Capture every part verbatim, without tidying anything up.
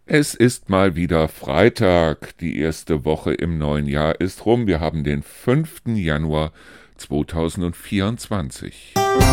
Es ist mal wieder Freitag, die erste Woche im neuen Jahr ist rum. Wir haben den fünften Januar zweitausendvierundzwanzig.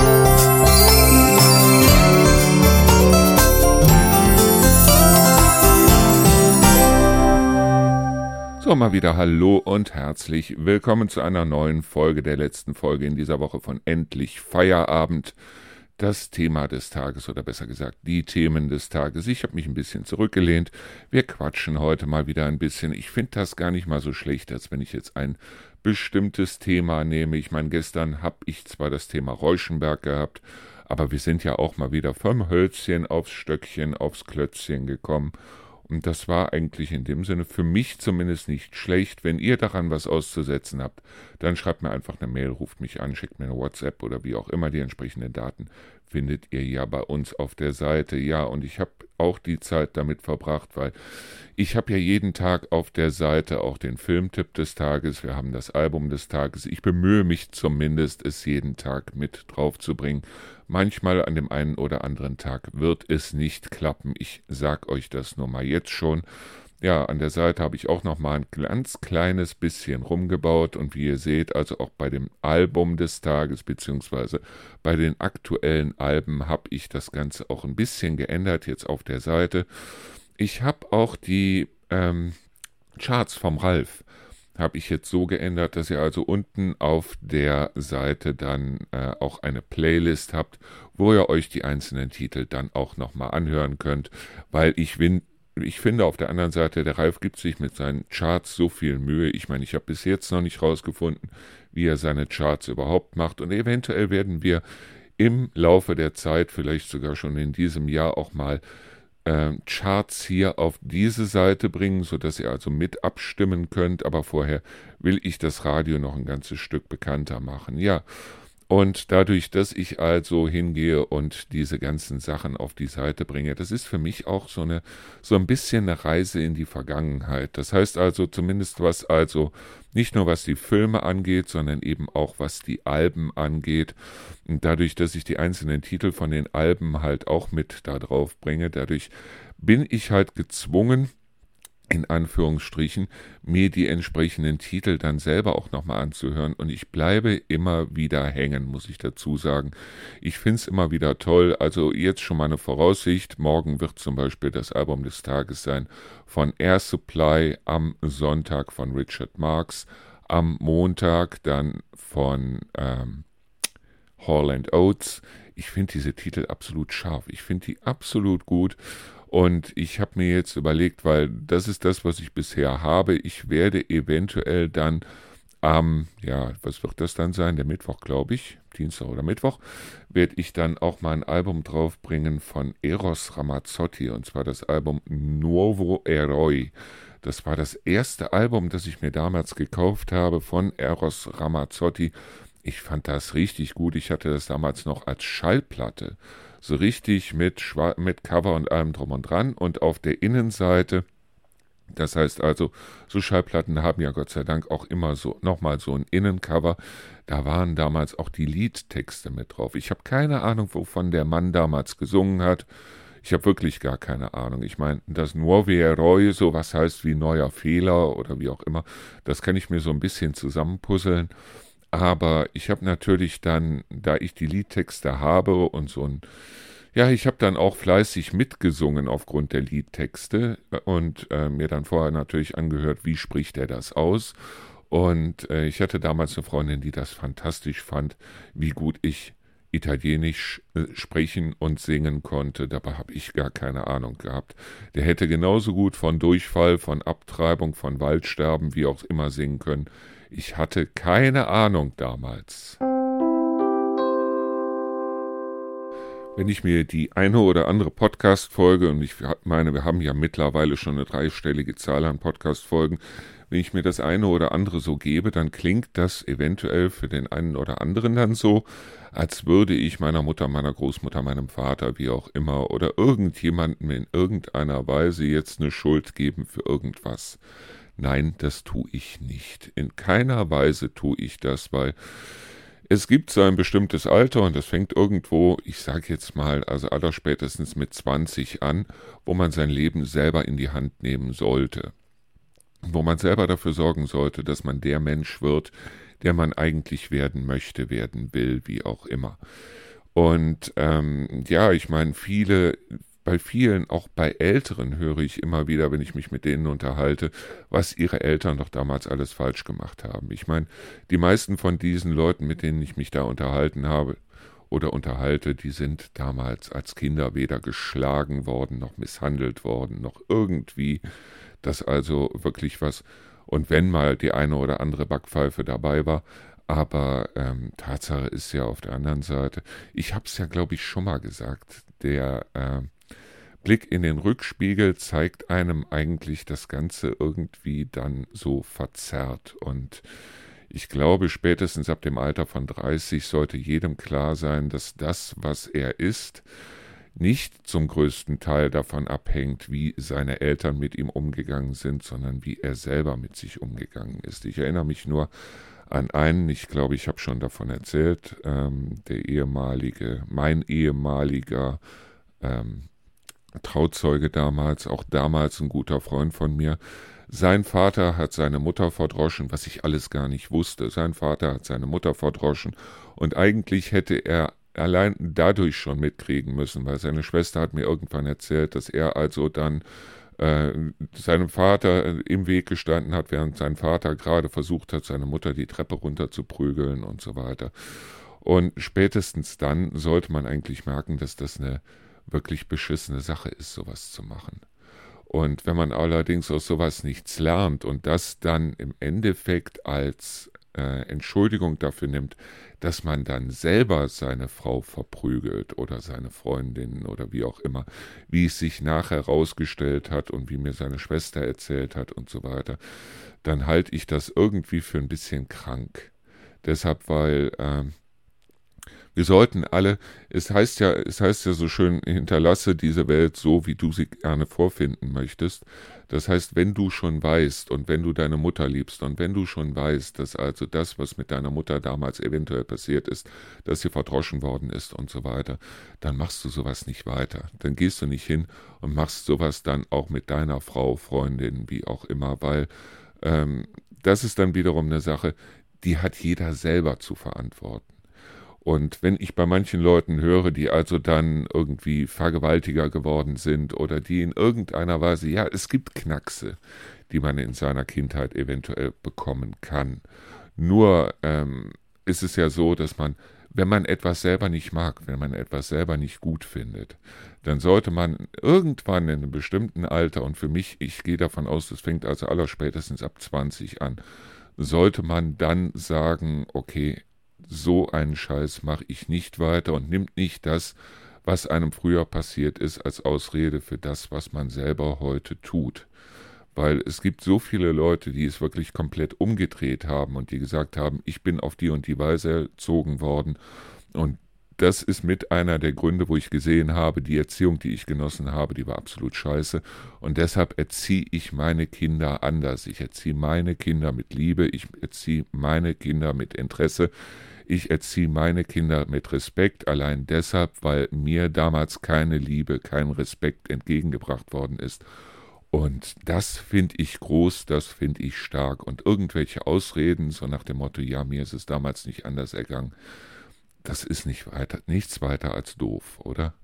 So, mal wieder Hallo und herzlich willkommen zu einer neuen Folge, der letzten Folge in dieser Woche von Endlich Feierabend. Das Thema des Tages oder besser gesagt die Themen des Tages. Ich habe mich ein bisschen zurückgelehnt. Wir quatschen heute mal wieder ein bisschen. Ich finde das gar nicht mal so schlecht, als wenn ich jetzt ein bestimmtes Thema nehme. Ich meine, gestern habe ich zwar das Thema Reuschenberg gehabt, aber wir sind ja auch mal wieder vom Hölzchen aufs Stöckchen, aufs Klötzchen gekommen. Und das war eigentlich in dem Sinne für mich zumindest nicht schlecht. Wenn ihr daran was auszusetzen habt, dann schreibt mir einfach eine Mail, ruft mich an, schickt mir eine WhatsApp oder wie auch immer. Die entsprechenden Daten findet ihr ja bei uns auf der Seite. Ja, und ich habe auch die Zeit damit verbracht, weil ich habe ja jeden Tag auf der Seite auch den Filmtipp des Tages. Wir haben das Album des Tages. Ich bemühe mich zumindest, es jeden Tag mit drauf zu bringen. Manchmal an dem einen oder anderen Tag wird es nicht klappen. Ich sag euch das nur mal jetzt schon. Ja, an der Seite habe ich auch noch mal ein ganz kleines bisschen rumgebaut und wie ihr seht, also auch bei dem Album des Tages beziehungsweise bei den aktuellen Alben habe ich das Ganze auch ein bisschen geändert jetzt auf der Seite. Ich habe auch die ähm, Charts vom Ralf habe ich jetzt so geändert, dass ihr also unten auf der Seite dann äh, auch eine Playlist habt, wo ihr euch die einzelnen Titel dann auch nochmal anhören könnt, weil ich bin Ich finde auf der anderen Seite, der Ralf gibt sich mit seinen Charts so viel Mühe. Ich meine, ich habe bis jetzt noch nicht rausgefunden, wie er seine Charts überhaupt macht. Und eventuell werden wir im Laufe der Zeit, vielleicht sogar schon in diesem Jahr, auch mal äh, Charts hier auf diese Seite bringen, sodass ihr also mit abstimmen könnt. Aber vorher will ich das Radio noch ein ganzes Stück bekannter machen. Ja. Und dadurch, dass ich also hingehe und diese ganzen Sachen auf die Seite bringe, das ist für mich auch so eine so ein bisschen eine Reise in die Vergangenheit. Das heißt also zumindest was also nicht nur was die Filme angeht, sondern eben auch was die Alben angeht. Und dadurch, dass ich die einzelnen Titel von den Alben halt auch mit da drauf bringe, dadurch bin ich halt gezwungen, in Anführungsstrichen, mir die entsprechenden Titel dann selber auch nochmal anzuhören. Und ich bleibe immer wieder hängen, muss ich dazu sagen. Ich finde es immer wieder toll. Also jetzt schon mal eine Voraussicht. Morgen wird zum Beispiel das Album des Tages sein von Air Supply, am Sonntag von Richard Marx, am Montag dann von ähm, Hall and Oates. Ich finde diese Titel absolut scharf. Ich finde die absolut gut. Und ich habe mir jetzt überlegt, weil das ist das, was ich bisher habe. Ich werde eventuell dann am, ähm, ja, was wird das dann sein? Der Mittwoch, glaube ich, Dienstag oder Mittwoch, werde ich dann auch mal ein Album draufbringen von Eros Ramazzotti. Und zwar das Album Nuovo Eroi. Das war das erste Album, das ich mir damals gekauft habe von Eros Ramazzotti. Ich fand das richtig gut. Ich hatte das damals noch als Schallplatte. So richtig mit, Schwa- mit Cover und allem drum und dran. Und auf der Innenseite, das heißt also, so Schallplatten haben ja Gott sei Dank auch immer so nochmal so ein Innencover. Da waren damals auch die Liedtexte mit drauf. Ich habe keine Ahnung, wovon der Mann damals gesungen hat. Ich habe wirklich gar keine Ahnung. Ich meine, das Nuovo Eroi, so was heißt wie neuer Fehler oder wie auch immer, das kann ich mir so ein bisschen zusammenpuzzeln. Aber ich habe natürlich dann, da ich die Liedtexte habe und so ein, ja, ich habe dann auch fleißig mitgesungen aufgrund der Liedtexte und äh, mir dann vorher natürlich angehört, wie spricht er das aus. Und äh, ich hatte damals eine Freundin, die das fantastisch fand, wie gut ich Italienisch äh, sprechen und singen konnte. Dabei habe ich gar keine Ahnung gehabt. Der hätte genauso gut von Durchfall, von Abtreibung, von Waldsterben, wie auch immer singen können. Ich hatte keine Ahnung damals. Wenn ich mir die eine oder andere Podcast-Folge, und ich meine, wir haben ja mittlerweile schon eine dreistellige Zahl an Podcast-Folgen, wenn ich mir das eine oder andere so gebe, dann klingt das eventuell für den einen oder anderen dann so, als würde ich meiner Mutter, meiner Großmutter, meinem Vater, wie auch immer, oder irgendjemandem in irgendeiner Weise jetzt eine Schuld geben für irgendwas. Nein, das tue ich nicht. In keiner Weise tue ich das, weil Es gibt so ein bestimmtes Alter und das fängt irgendwo, ich sage jetzt mal, also allerspätestens mit zwanzig an, wo man sein Leben selber in die Hand nehmen sollte. Wo man selber dafür sorgen sollte, dass man der Mensch wird, der man eigentlich werden möchte, werden will, wie auch immer. Und ähm, ja, ich meine, viele, bei vielen, auch bei Älteren höre ich immer wieder, wenn ich mich mit denen unterhalte, was ihre Eltern doch damals alles falsch gemacht haben. Ich meine, die meisten von diesen Leuten, mit denen ich mich da unterhalten habe oder unterhalte, die sind damals als Kinder weder geschlagen worden, noch misshandelt worden, noch irgendwie, dass also wirklich was, und wenn mal die eine oder andere Backpfeife dabei war, aber ähm, Tatsache ist ja auf der anderen Seite, ich habe es ja, glaube ich, schon mal gesagt, der äh, Blick in den Rückspiegel zeigt einem eigentlich das Ganze irgendwie dann so verzerrt. Und ich glaube, spätestens ab dem Alter von dreißig sollte jedem klar sein, dass das, was er ist, nicht zum größten Teil davon abhängt, wie seine Eltern mit ihm umgegangen sind, sondern wie er selber mit sich umgegangen ist. Ich erinnere mich nur an einen, ich glaube, ich habe schon davon erzählt, ähm, der ehemalige, mein ehemaliger ähm, Trauzeuge damals, auch damals ein guter Freund von mir. Sein Vater hat seine Mutter verdroschen, was ich alles gar nicht wusste. Sein Vater hat seine Mutter verdroschen und eigentlich hätte er allein dadurch schon mitkriegen müssen, weil seine Schwester hat mir irgendwann erzählt, dass er also dann äh, seinem Vater im Weg gestanden hat, während sein Vater gerade versucht hat, seine Mutter die Treppe runter zu prügeln und so weiter. Und spätestens dann sollte man eigentlich merken, dass das eine wirklich beschissene Sache ist, sowas zu machen. Und wenn man allerdings aus sowas nichts lernt und das dann im Endeffekt als äh, Entschuldigung dafür nimmt, dass man dann selber seine Frau verprügelt oder seine Freundin oder wie auch immer, wie es sich nachher herausgestellt hat und wie mir seine Schwester erzählt hat und so weiter, dann halte ich das irgendwie für ein bisschen krank. Deshalb, weil äh, wir sollten alle, es heißt ja, es heißt ja so schön, hinterlasse diese Welt so, wie du sie gerne vorfinden möchtest. Das heißt, wenn du schon weißt und wenn du deine Mutter liebst und wenn du schon weißt, dass also das, was mit deiner Mutter damals eventuell passiert ist, dass sie verdroschen worden ist und so weiter, dann machst du sowas nicht weiter. Dann gehst du nicht hin und machst sowas dann auch mit deiner Frau, Freundin, wie auch immer, weil ähm, das ist dann wiederum eine Sache, die hat jeder selber zu verantworten. Und wenn ich bei manchen Leuten höre, die also dann irgendwie Vergewaltiger geworden sind oder die in irgendeiner Weise, ja, es gibt Knackse, die man in seiner Kindheit eventuell bekommen kann. Nur ähm, ist es ja so, dass man, wenn man etwas selber nicht mag, wenn man etwas selber nicht gut findet, dann sollte man irgendwann in einem bestimmten Alter, und für mich, ich gehe davon aus, das fängt also allerspätestens ab zwanzig an, sollte man dann sagen, okay, so einen Scheiß mache ich nicht weiter und nimmt nicht das, was einem früher passiert ist, als Ausrede für das, was man selber heute tut. Weil es gibt so viele Leute, die es wirklich komplett umgedreht haben und die gesagt haben, ich bin auf die und die Weise erzogen worden. Und das ist mit einer der Gründe, wo ich gesehen habe, die Erziehung, die ich genossen habe, die war absolut scheiße. Und deshalb erziehe ich meine Kinder anders. Ich erziehe meine Kinder mit Liebe, ich erziehe meine Kinder mit Interesse. Ich erziehe meine Kinder mit Respekt, allein deshalb, weil mir damals keine Liebe, kein Respekt entgegengebracht worden ist. Und das finde ich groß, das finde ich stark. Und irgendwelche Ausreden, so nach dem Motto, ja, mir ist es damals nicht anders ergangen, das ist nicht weiter, nichts weiter als doof, oder?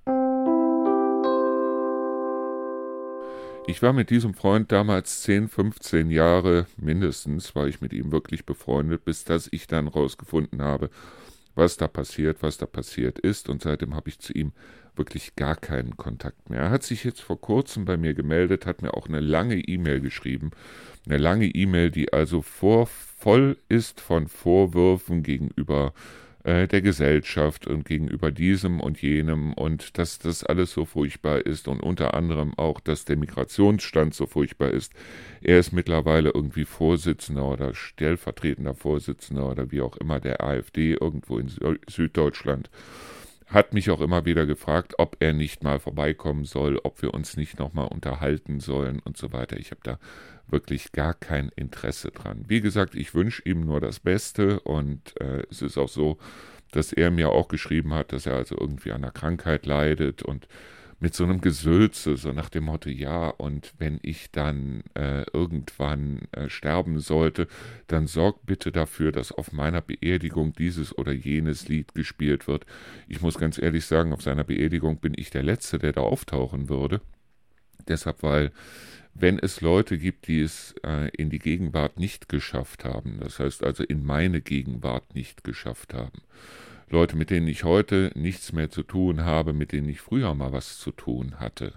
Ich war mit diesem Freund damals zehn, fünfzehn Jahre mindestens, war ich mit ihm wirklich befreundet, bis dass ich dann rausgefunden habe, was da passiert, was da passiert ist. Und seitdem habe ich zu ihm wirklich gar keinen Kontakt mehr. Er hat sich jetzt vor kurzem bei mir gemeldet, hat mir auch eine lange E-Mail geschrieben. Eine lange E-Mail, die also vor, voll ist von Vorwürfen gegenüber der Gesellschaft und gegenüber diesem und jenem und dass das alles so furchtbar ist und unter anderem auch, dass der Migrationsstand so furchtbar ist. Er ist mittlerweile irgendwie Vorsitzender oder stellvertretender Vorsitzender oder wie auch immer der AfD irgendwo in Süddeutschland. hat mich auch immer wieder gefragt, ob er nicht mal vorbeikommen soll, ob wir uns nicht nochmal unterhalten sollen und so weiter. Ich habe da wirklich gar kein Interesse dran. Wie gesagt, ich wünsche ihm nur das Beste und äh, es ist auch so, dass er mir auch geschrieben hat, dass er also irgendwie an einer Krankheit leidet und mit so einem Gesülze, so nach dem Motto, ja, und wenn ich dann äh, irgendwann äh, sterben sollte, dann sorgt bitte dafür, dass auf meiner Beerdigung dieses oder jenes Lied gespielt wird. Ich muss ganz ehrlich sagen, auf seiner Beerdigung bin ich der Letzte, der da auftauchen würde. Deshalb, weil wenn es Leute gibt, die es äh, in die Gegenwart nicht geschafft haben, das heißt also in meine Gegenwart nicht geschafft haben, Leute, mit denen ich heute nichts mehr zu tun habe, mit denen ich früher mal was zu tun hatte.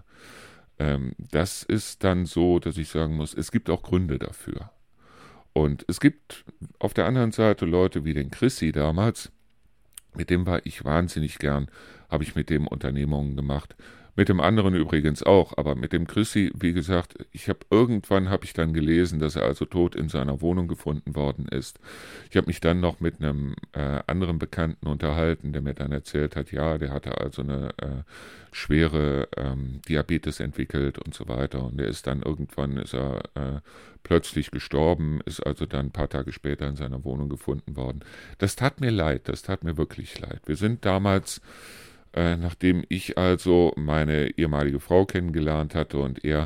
Ähm, das ist dann so, dass ich sagen muss, es gibt auch Gründe dafür. Und es gibt auf der anderen Seite Leute wie den Chrissy damals, mit dem war ich wahnsinnig gern, habe ich mit dem Unternehmungen gemacht. Mit dem anderen übrigens auch, aber mit dem Chrissy, wie gesagt, ich habe irgendwann habe ich dann gelesen, dass er also tot in seiner Wohnung gefunden worden ist. Ich habe mich dann noch mit einem äh, anderen Bekannten unterhalten, der mir dann erzählt hat, ja, der hatte also eine äh, schwere ähm, Diabetes entwickelt und so weiter. Und der ist dann irgendwann ist er äh, plötzlich gestorben, ist also dann ein paar Tage später in seiner Wohnung gefunden worden. Das tat mir leid, das tat mir wirklich leid. Wir sind damals Äh, nachdem ich also meine ehemalige Frau kennengelernt hatte und er,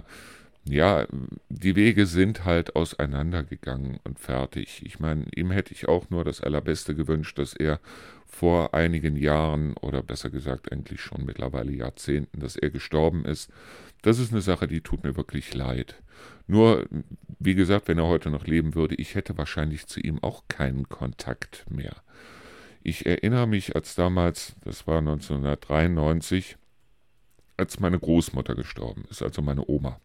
ja, die Wege sind halt auseinandergegangen und fertig. Ich meine, ihm hätte ich auch nur das Allerbeste gewünscht, dass er vor einigen Jahren oder besser gesagt eigentlich schon mittlerweile Jahrzehnten, dass er gestorben ist. Das ist eine Sache, die tut mir wirklich leid. Nur, wie gesagt, wenn er heute noch leben würde, ich hätte wahrscheinlich zu ihm auch keinen Kontakt mehr. Ich erinnere mich, als damals, das war neunzehnhundertdreiundneunzig, als meine Großmutter gestorben ist, also meine Oma.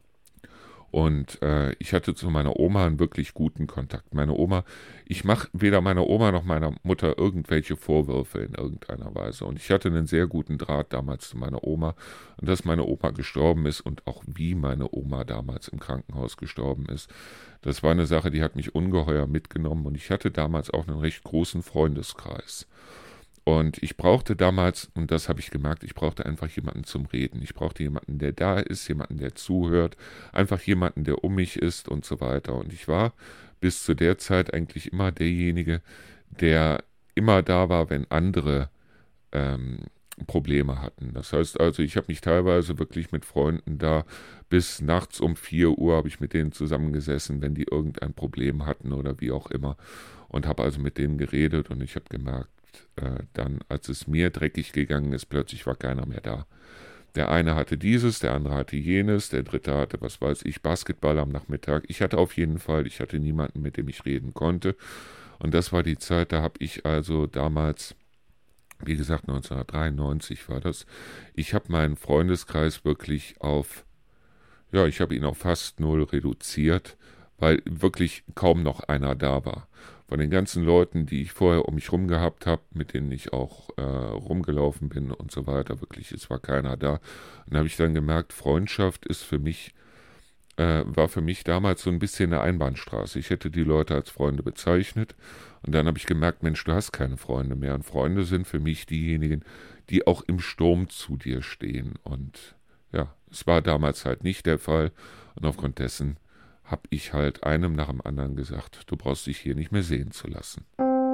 Und äh, ich hatte zu meiner Oma einen wirklich guten Kontakt. Meine Oma, ich mache weder meiner Oma noch meiner Mutter irgendwelche Vorwürfe in irgendeiner Weise. Und ich hatte einen sehr guten Draht damals zu meiner Oma. Und dass meine Oma gestorben ist und auch wie meine Oma damals im Krankenhaus gestorben ist, das war eine Sache, die hat mich ungeheuer mitgenommen. Und ich hatte damals auch einen recht großen Freundeskreis. Und ich brauchte damals, und das habe ich gemerkt, ich brauchte einfach jemanden zum Reden. Ich brauchte jemanden, der da ist, jemanden, der zuhört, einfach jemanden, der um mich ist und so weiter. Und ich war bis zu der Zeit eigentlich immer derjenige, der immer da war, wenn andere ähm, Probleme hatten. Das heißt also, ich habe mich teilweise wirklich mit Freunden da bis nachts um vier Uhr habe ich mit denen zusammengesessen, wenn die irgendein Problem hatten oder wie auch immer. Und habe also mit denen geredet und ich habe gemerkt, dann, als es mir dreckig gegangen ist, plötzlich war keiner mehr da. Der eine hatte dieses, der andere hatte jenes, der dritte hatte, was weiß ich, Basketball am Nachmittag. Ich hatte auf jeden Fall, ich hatte niemanden, mit dem ich reden konnte. Und das war die Zeit, da habe ich also damals, wie gesagt, neunzehnhundertdreiundneunzig war das, ich habe meinen Freundeskreis wirklich auf, ja, ich habe ihn auf fast null reduziert, weil wirklich kaum noch einer da war. Von den ganzen Leuten, die ich vorher um mich rum gehabt habe, mit denen ich auch äh, rumgelaufen bin und so weiter, wirklich, es war keiner da. Und da habe ich dann gemerkt, Freundschaft ist für mich, äh, war für mich damals so ein bisschen eine Einbahnstraße. Ich hätte die Leute als Freunde bezeichnet und dann habe ich gemerkt, Mensch, du hast keine Freunde mehr. Und Freunde sind für mich diejenigen, die auch im Sturm zu dir stehen. Und ja, es war damals halt nicht der Fall und aufgrund dessen habe ich halt einem nach dem anderen gesagt, du brauchst dich hier nicht mehr sehen zu lassen.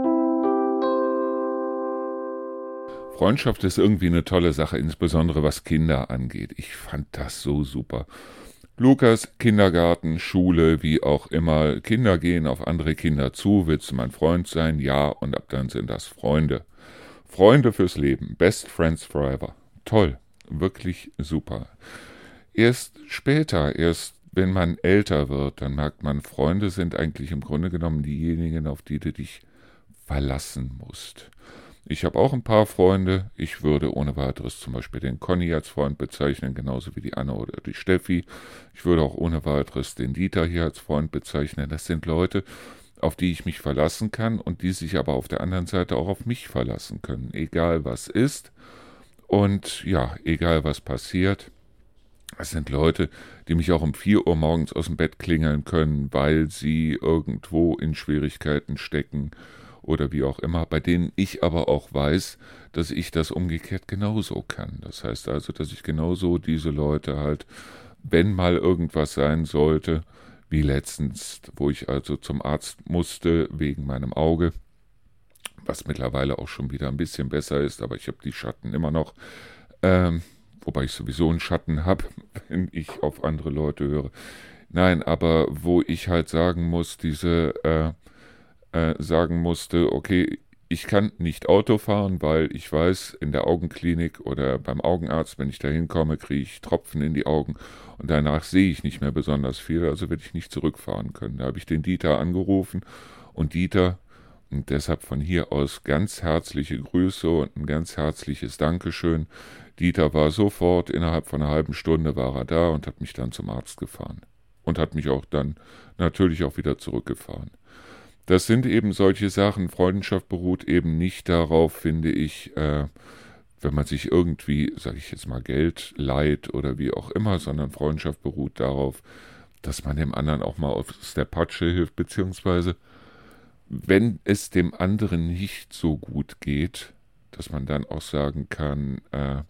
Freundschaft ist irgendwie eine tolle Sache, insbesondere was Kinder angeht. Ich fand das so super. Lukas, Kindergarten, Schule, wie auch immer. Kinder gehen auf andere Kinder zu. Willst du mein Freund sein? Ja, und ab dann sind das Freunde. Freunde fürs Leben. Best Friends Forever. Toll. Wirklich super. Erst später, erst wenn man älter wird, dann merkt man, Freunde sind eigentlich im Grunde genommen diejenigen, auf die du dich verlassen musst. Ich habe auch ein paar Freunde. Ich würde ohne weiteres zum Beispiel den Conny als Freund bezeichnen, genauso wie die Anne oder die Steffi. Ich würde auch ohne weiteres den Dieter hier als Freund bezeichnen. Das sind Leute, auf die ich mich verlassen kann und die sich aber auf der anderen Seite auch auf mich verlassen können, egal was ist und ja, egal was passiert. Es sind Leute, die mich auch um vier Uhr morgens aus dem Bett klingeln können, weil sie irgendwo in Schwierigkeiten stecken oder wie auch immer, bei denen ich aber auch weiß, dass ich das umgekehrt genauso kann. Das heißt also, dass ich genauso diese Leute halt, wenn mal irgendwas sein sollte, wie letztens, wo ich also zum Arzt musste wegen meinem Auge, was mittlerweile auch schon wieder ein bisschen besser ist, aber ich habe die Schatten immer noch, ähm, wobei ich sowieso einen Schatten habe, wenn ich auf andere Leute höre. Nein, aber wo ich halt sagen muss, diese, äh, äh, sagen musste, okay, ich kann nicht Auto fahren, weil ich weiß, in der Augenklinik oder beim Augenarzt, wenn ich da hinkomme, kriege ich Tropfen in die Augen und danach sehe ich nicht mehr besonders viel, also werde ich nicht zurückfahren können. Da habe ich den Dieter angerufen und Dieter, und deshalb von hier aus ganz herzliche Grüße und ein ganz herzliches Dankeschön. Dieter war sofort, innerhalb von einer halben Stunde war er da und hat mich dann zum Arzt gefahren. Und hat mich auch dann natürlich auch wieder zurückgefahren. Das sind eben solche Sachen. Freundschaft beruht eben nicht darauf, finde ich, äh, wenn man sich irgendwie, sage ich jetzt mal, Geld leiht oder wie auch immer, sondern Freundschaft beruht darauf, dass man dem anderen auch mal aus der Patsche hilft, beziehungsweise wenn es dem anderen nicht so gut geht, dass man dann auch sagen kann, äh,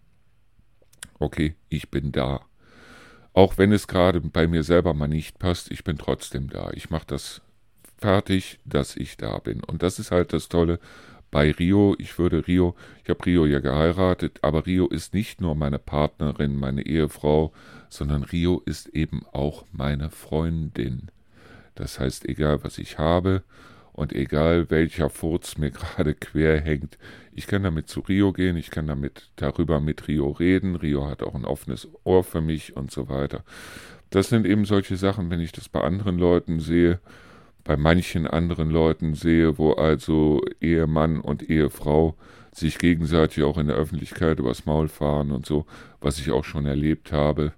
okay, ich bin da. Auch wenn es gerade bei mir selber mal nicht passt, ich bin trotzdem da. Ich mache das fertig, dass ich da bin. Und das ist halt das Tolle bei Rio. Ich würde Rio, ich habe Rio ja geheiratet, aber Rio ist nicht nur meine Partnerin, meine Ehefrau, sondern Rio ist eben auch meine Freundin. Das heißt, egal was ich habe und egal welcher Furz mir gerade quer hängt, ich kann damit zu Rio gehen, ich kann damit darüber mit Rio reden. Rio hat auch ein offenes Ohr für mich und so weiter. Das sind eben solche Sachen, wenn ich das bei anderen Leuten sehe, bei manchen anderen Leuten sehe, wo also Ehemann und Ehefrau sich gegenseitig auch in der Öffentlichkeit übers Maul fahren und so, was ich auch schon erlebt habe,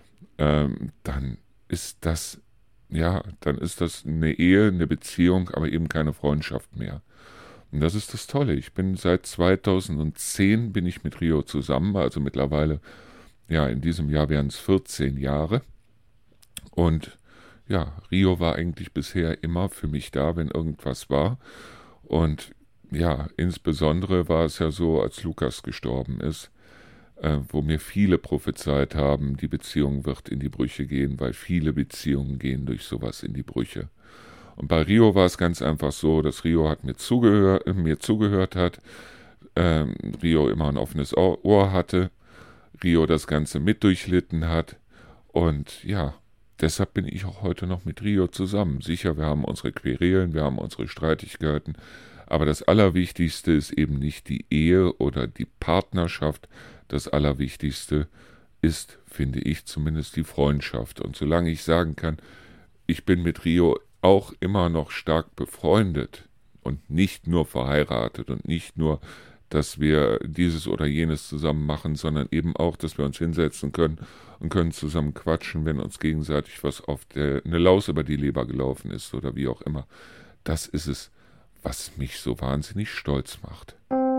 ähm, dann ist das, ja, dann ist das eine Ehe, eine Beziehung, aber eben keine Freundschaft mehr. Und das ist das Tolle. Ich bin seit zweitausendzehn bin ich mit Rio zusammen, also mittlerweile, ja, in diesem Jahr wären es vierzehn Jahre. Und ja, Rio war eigentlich bisher immer für mich da, wenn irgendwas war. Und ja, insbesondere war es ja so, als Lukas gestorben ist, äh, wo mir viele prophezeit haben, die Beziehung wird in die Brüche gehen, weil viele Beziehungen gehen durch sowas in die Brüche. Und bei Rio war es ganz einfach so, dass Rio hat mir, zugehör, äh, mir zugehört hat, ähm, Rio immer ein offenes Ohr hatte, Rio das Ganze mit durchlitten hat und ja, deshalb bin ich auch heute noch mit Rio zusammen. Sicher, wir haben unsere Querelen, wir haben unsere Streitigkeiten, aber das Allerwichtigste ist eben nicht die Ehe oder die Partnerschaft. Das Allerwichtigste ist, finde ich, zumindest die Freundschaft. Und solange ich sagen kann, ich bin mit Rio auch immer noch stark befreundet und nicht nur verheiratet und nicht nur, dass wir dieses oder jenes zusammen machen, sondern eben auch, dass wir uns hinsetzen können und können zusammen quatschen, wenn uns gegenseitig was auf der, eine Laus über die Leber gelaufen ist oder wie auch immer. Das ist es, was mich so wahnsinnig stolz macht.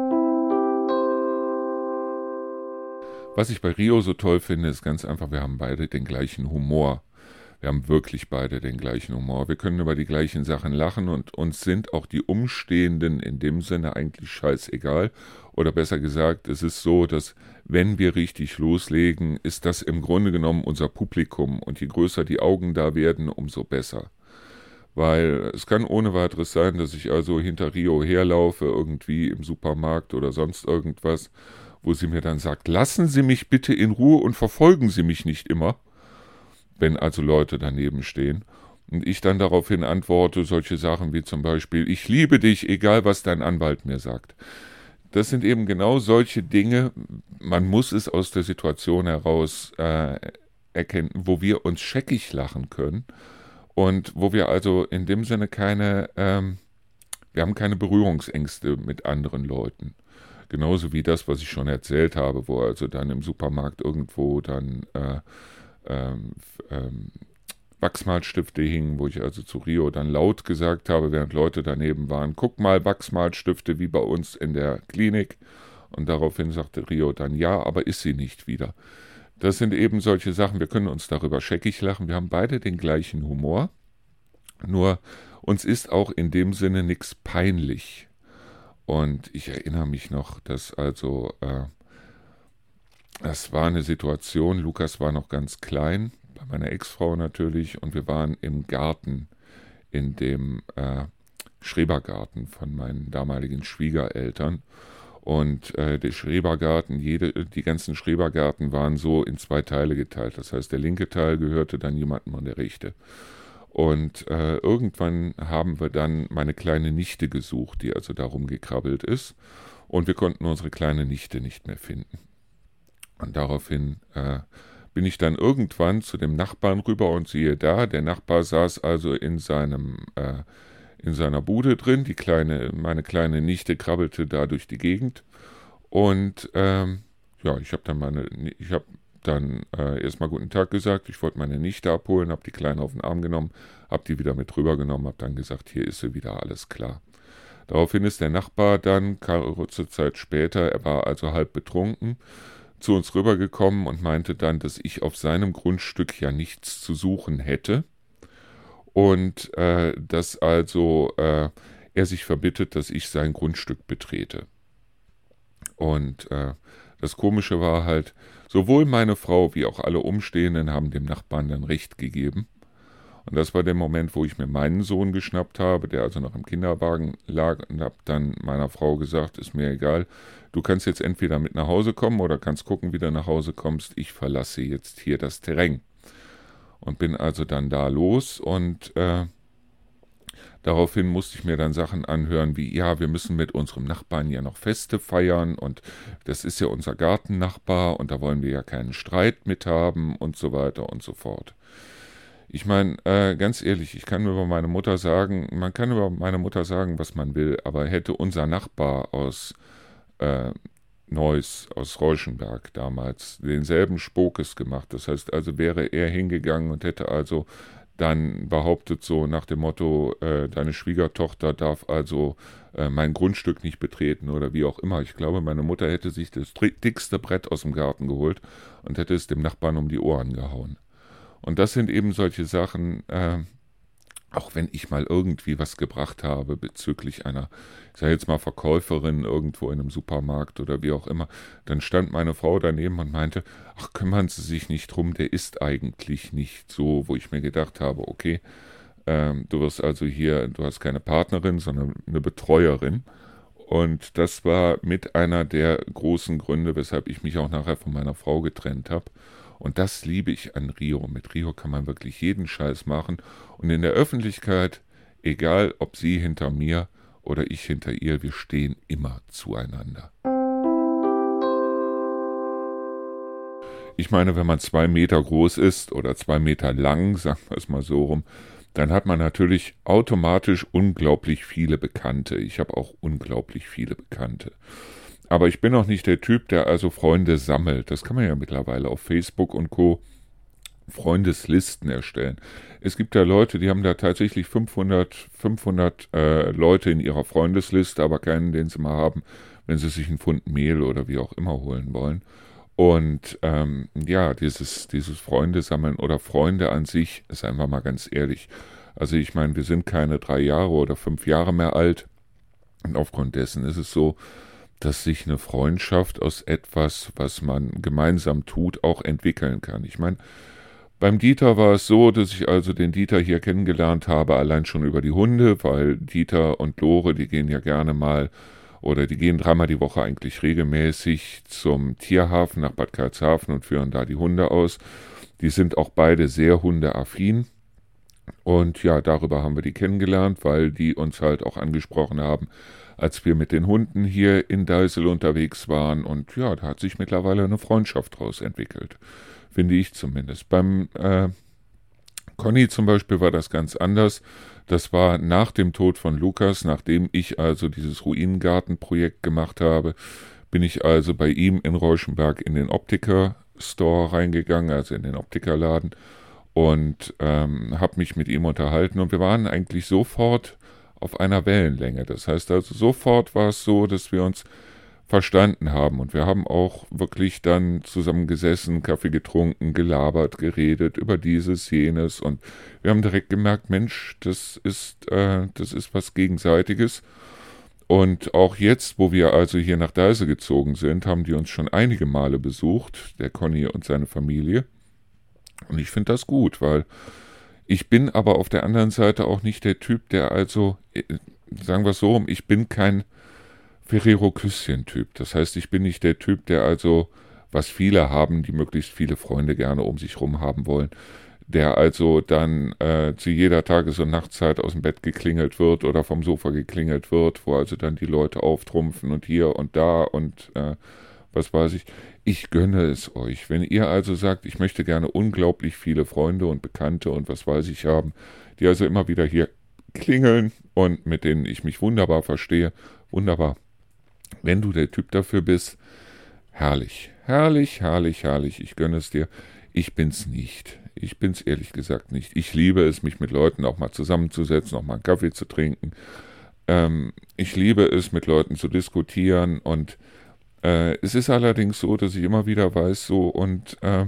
Was ich bei Rio so toll finde, ist ganz einfach, wir haben beide den gleichen Humor. Wir haben wirklich beide den gleichen Humor. Wir können über die gleichen Sachen lachen und uns sind auch die Umstehenden in dem Sinne eigentlich scheißegal. Oder besser gesagt, es ist so, dass wenn wir richtig loslegen, ist das im Grunde genommen unser Publikum. Und je größer die Augen da werden, umso besser. Weil es kann ohne weiteres sein, dass ich also hinter Rio herlaufe, irgendwie im Supermarkt oder sonst irgendwas, wo sie mir dann sagt, lassen Sie mich bitte in Ruhe und verfolgen Sie mich nicht immer. Wenn also Leute daneben stehen und ich dann daraufhin antworte, solche Sachen wie zum Beispiel, ich liebe dich, egal was dein Anwalt mir sagt. Das sind eben genau solche Dinge, man muss es aus der Situation heraus äh, erkennen, wo wir uns scheckig lachen können und wo wir also in dem Sinne keine, ähm, wir haben keine Berührungsängste mit anderen Leuten. Genauso wie das, was ich schon erzählt habe, wo also dann im Supermarkt irgendwo dann äh, Ähm, ähm, Wachsmalstifte hingen, wo ich also zu Rio dann laut gesagt habe, während Leute daneben waren, guck mal, Wachsmalstifte wie bei uns in der Klinik. Und daraufhin sagte Rio dann, ja, aber ist sie nicht wieder. Das sind eben solche Sachen, wir können uns darüber scheckig lachen, wir haben beide den gleichen Humor, nur uns ist auch in dem Sinne nichts peinlich. Und ich erinnere mich noch, dass also, äh, das war eine Situation, Lukas war noch ganz klein, bei meiner Ex-Frau natürlich, und wir waren im Garten, in dem äh, Schrebergarten von meinen damaligen Schwiegereltern. Und äh, der Schrebergarten, jede, die ganzen Schrebergärten waren so in zwei Teile geteilt. Das heißt, der linke Teil gehörte dann jemandem und der rechte. Und äh, irgendwann haben wir dann meine kleine Nichte gesucht, die also da rumgekrabbelt ist. Und wir konnten unsere kleine Nichte nicht mehr finden. Und daraufhin äh, bin ich dann irgendwann zu dem Nachbarn rüber und siehe da, der Nachbar saß also in seinem äh, in seiner Bude drin. Die kleine, meine kleine Nichte krabbelte da durch die Gegend. Und ähm, ja, ich habe dann meine, ich habe dann äh, erstmal guten Tag gesagt. Ich wollte meine Nichte abholen, habe die Kleine auf den Arm genommen, habe die wieder mit rübergenommen, habe dann gesagt, hier ist sie wieder, alles klar. Daraufhin ist der Nachbar dann, kurze Zeit später, er war also halb betrunken, zu uns rübergekommen und meinte dann, dass ich auf seinem Grundstück ja nichts zu suchen hätte. Und äh, dass also äh, er sich verbittet, dass ich sein Grundstück betrete. Und äh, das Komische war halt, sowohl meine Frau wie auch alle Umstehenden haben dem Nachbarn dann recht gegeben. Und das war der Moment, wo ich mir meinen Sohn geschnappt habe, der also noch im Kinderwagen lag, und habe dann meiner Frau gesagt, ist mir egal, du kannst jetzt entweder mit nach Hause kommen oder kannst gucken, wie du nach Hause kommst, ich verlasse jetzt hier das Terrain. Und bin also dann da los und äh, daraufhin musste ich mir dann Sachen anhören wie, ja, wir müssen mit unserem Nachbarn ja noch Feste feiern und das ist ja unser Gartennachbar und da wollen wir ja keinen Streit mit haben und so weiter und so fort. Ich meine, äh, ganz ehrlich, ich kann über meine Mutter sagen, man kann über meine Mutter sagen, was man will, aber hätte unser Nachbar aus äh, Neuss aus Reuschenberg damals denselben Spokes gemacht. Das heißt also, wäre er hingegangen und hätte also dann behauptet so nach dem Motto, äh, deine Schwiegertochter darf also äh, mein Grundstück nicht betreten oder wie auch immer. Ich glaube, meine Mutter hätte sich das dickste Brett aus dem Garten geholt und hätte es dem Nachbarn um die Ohren gehauen. Und das sind eben solche Sachen, äh, auch wenn ich mal irgendwie was gebracht habe bezüglich einer, ich sage jetzt mal Verkäuferin irgendwo in einem Supermarkt oder wie auch immer, dann stand meine Frau daneben und meinte, ach, kümmern Sie sich nicht drum, der ist eigentlich nicht so, wo ich mir gedacht habe, okay, ähm, du wirst also hier, du hast keine Partnerin, sondern eine Betreuerin. Und das war mit einer der großen Gründe, weshalb ich mich auch nachher von meiner Frau getrennt habe. Und das liebe ich an Rio. Mit Rio kann man wirklich jeden Scheiß machen. Und in der Öffentlichkeit, egal ob sie hinter mir oder ich hinter ihr, wir stehen immer zueinander. Ich meine, wenn man zwei Meter groß ist oder zwei Meter lang, sagen wir es mal so rum, dann hat man natürlich automatisch unglaublich viele Bekannte. Ich habe auch unglaublich viele Bekannte. Aber ich bin auch nicht der Typ, der also Freunde sammelt. Das kann man ja mittlerweile auf Facebook und Co. Freundeslisten erstellen. Es gibt da Leute, die haben da tatsächlich fünfhundert, fünfhundert äh, Leute in ihrer Freundesliste, aber keinen, den sie mal haben, wenn sie sich einen Pfund Mehl oder wie auch immer holen wollen. Und ähm, ja, dieses, dieses Freunde sammeln oder Freunde an sich, ist einfach mal ganz ehrlich. Also ich meine, wir sind keine drei Jahre oder fünf Jahre mehr alt. Und aufgrund dessen ist es so, dass sich eine Freundschaft aus etwas, was man gemeinsam tut, auch entwickeln kann. Ich meine, beim Dieter war es so, dass ich also den Dieter hier kennengelernt habe, allein schon über die Hunde, weil Dieter und Lore, die gehen ja gerne mal, oder die gehen dreimal die Woche eigentlich regelmäßig zum Tierhafen nach Bad Karlshafen und führen da die Hunde aus. Die sind auch beide sehr hundeaffin. Und ja, darüber haben wir die kennengelernt, weil die uns halt auch angesprochen haben, als wir mit den Hunden hier in Deisel unterwegs waren. Und ja, da hat sich mittlerweile eine Freundschaft draus entwickelt. Finde ich zumindest. Beim äh, Conny zum Beispiel war das ganz anders. Das war nach dem Tod von Lukas, nachdem ich also dieses Ruinengartenprojekt gemacht habe, bin ich also bei ihm in Reuschenberg in den Optiker-Store reingegangen, also in den Optikerladen, und ähm, habe mich mit ihm unterhalten. Und wir waren eigentlich sofort auf einer Wellenlänge. Das heißt also, sofort war es so, dass wir uns verstanden haben. Und wir haben auch wirklich dann zusammen gesessen, Kaffee getrunken, gelabert, geredet über dieses, jenes. Und wir haben direkt gemerkt, Mensch, das ist, äh, das ist was Gegenseitiges. Und auch jetzt, wo wir also hier nach Deise gezogen sind, haben die uns schon einige Male besucht, der Conny und seine Familie. Und ich finde das gut, weil ich bin aber auf der anderen Seite auch nicht der Typ, der also, äh, sagen wir es so rum, ich bin kein Ferrero-Küsschen-Typ. Das heißt, ich bin nicht der Typ, der also, was viele haben, die möglichst viele Freunde gerne um sich rum haben wollen, der also dann äh, zu jeder Tages- und Nachtzeit aus dem Bett geklingelt wird oder vom Sofa geklingelt wird, wo also dann die Leute auftrumpfen und hier und da und äh, was weiß ich. Ich gönne es euch. Wenn ihr also sagt, ich möchte gerne unglaublich viele Freunde und Bekannte und was weiß ich haben, die also immer wieder hier klingeln und mit denen ich mich wunderbar verstehe, wunderbar. Wenn du der Typ dafür bist, herrlich, herrlich, herrlich, herrlich, ich gönne es dir. Ich bin's nicht. Ich bin's ehrlich gesagt nicht. Ich liebe es, mich mit Leuten auch mal zusammenzusetzen, auch mal einen Kaffee zu trinken. Ähm, ich liebe es, mit Leuten zu diskutieren und äh, es ist allerdings so, dass ich immer wieder weiß, so und äh,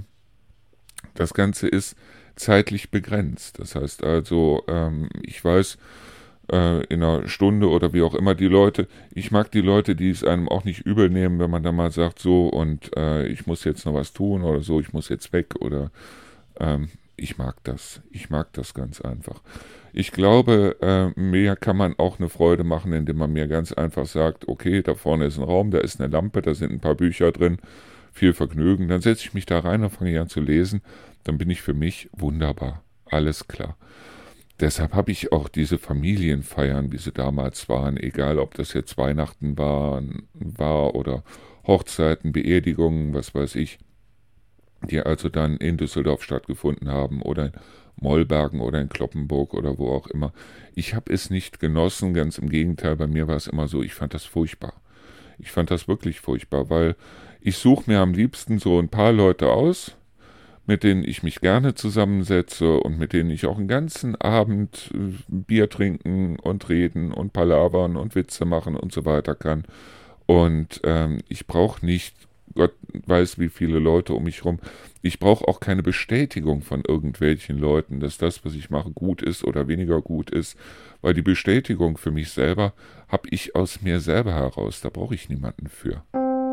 das Ganze ist zeitlich begrenzt. Das heißt also, ähm, ich weiß, äh, in einer Stunde oder wie auch immer die Leute, ich mag die Leute, die es einem auch nicht übel nehmen, wenn man dann mal sagt, so und äh, ich muss jetzt noch was tun oder so, ich muss jetzt weg oder ähm, ich mag das. Ich mag das ganz einfach. Ich glaube, äh, mir kann man auch eine Freude machen, indem man mir ganz einfach sagt, okay, da vorne ist ein Raum, da ist eine Lampe, da sind ein paar Bücher drin, viel Vergnügen. Dann setze ich mich da rein und fange an zu lesen. Dann bin ich für mich wunderbar. Alles klar. Deshalb habe ich auch diese Familienfeiern, wie sie damals waren, egal ob das jetzt Weihnachten war, war oder Hochzeiten, Beerdigungen, was weiß ich, die also dann in Düsseldorf stattgefunden haben oder in Mollbergen oder in Cloppenburg oder wo auch immer. Ich habe es nicht genossen, ganz im Gegenteil, bei mir war es immer so, ich fand das furchtbar. Ich fand das wirklich furchtbar, weil ich suche mir am liebsten so ein paar Leute aus, mit denen ich mich gerne zusammensetze und mit denen ich auch einen ganzen Abend äh, Bier trinken und reden und palavern und Witze machen und so weiter kann. Und ähm, ich brauche nicht, Gott weiß wie viele Leute um mich rum, ich brauche auch keine Bestätigung von irgendwelchen Leuten, dass das, was ich mache, gut ist oder weniger gut ist, weil die Bestätigung für mich selber habe ich aus mir selber heraus, da brauche ich niemanden für.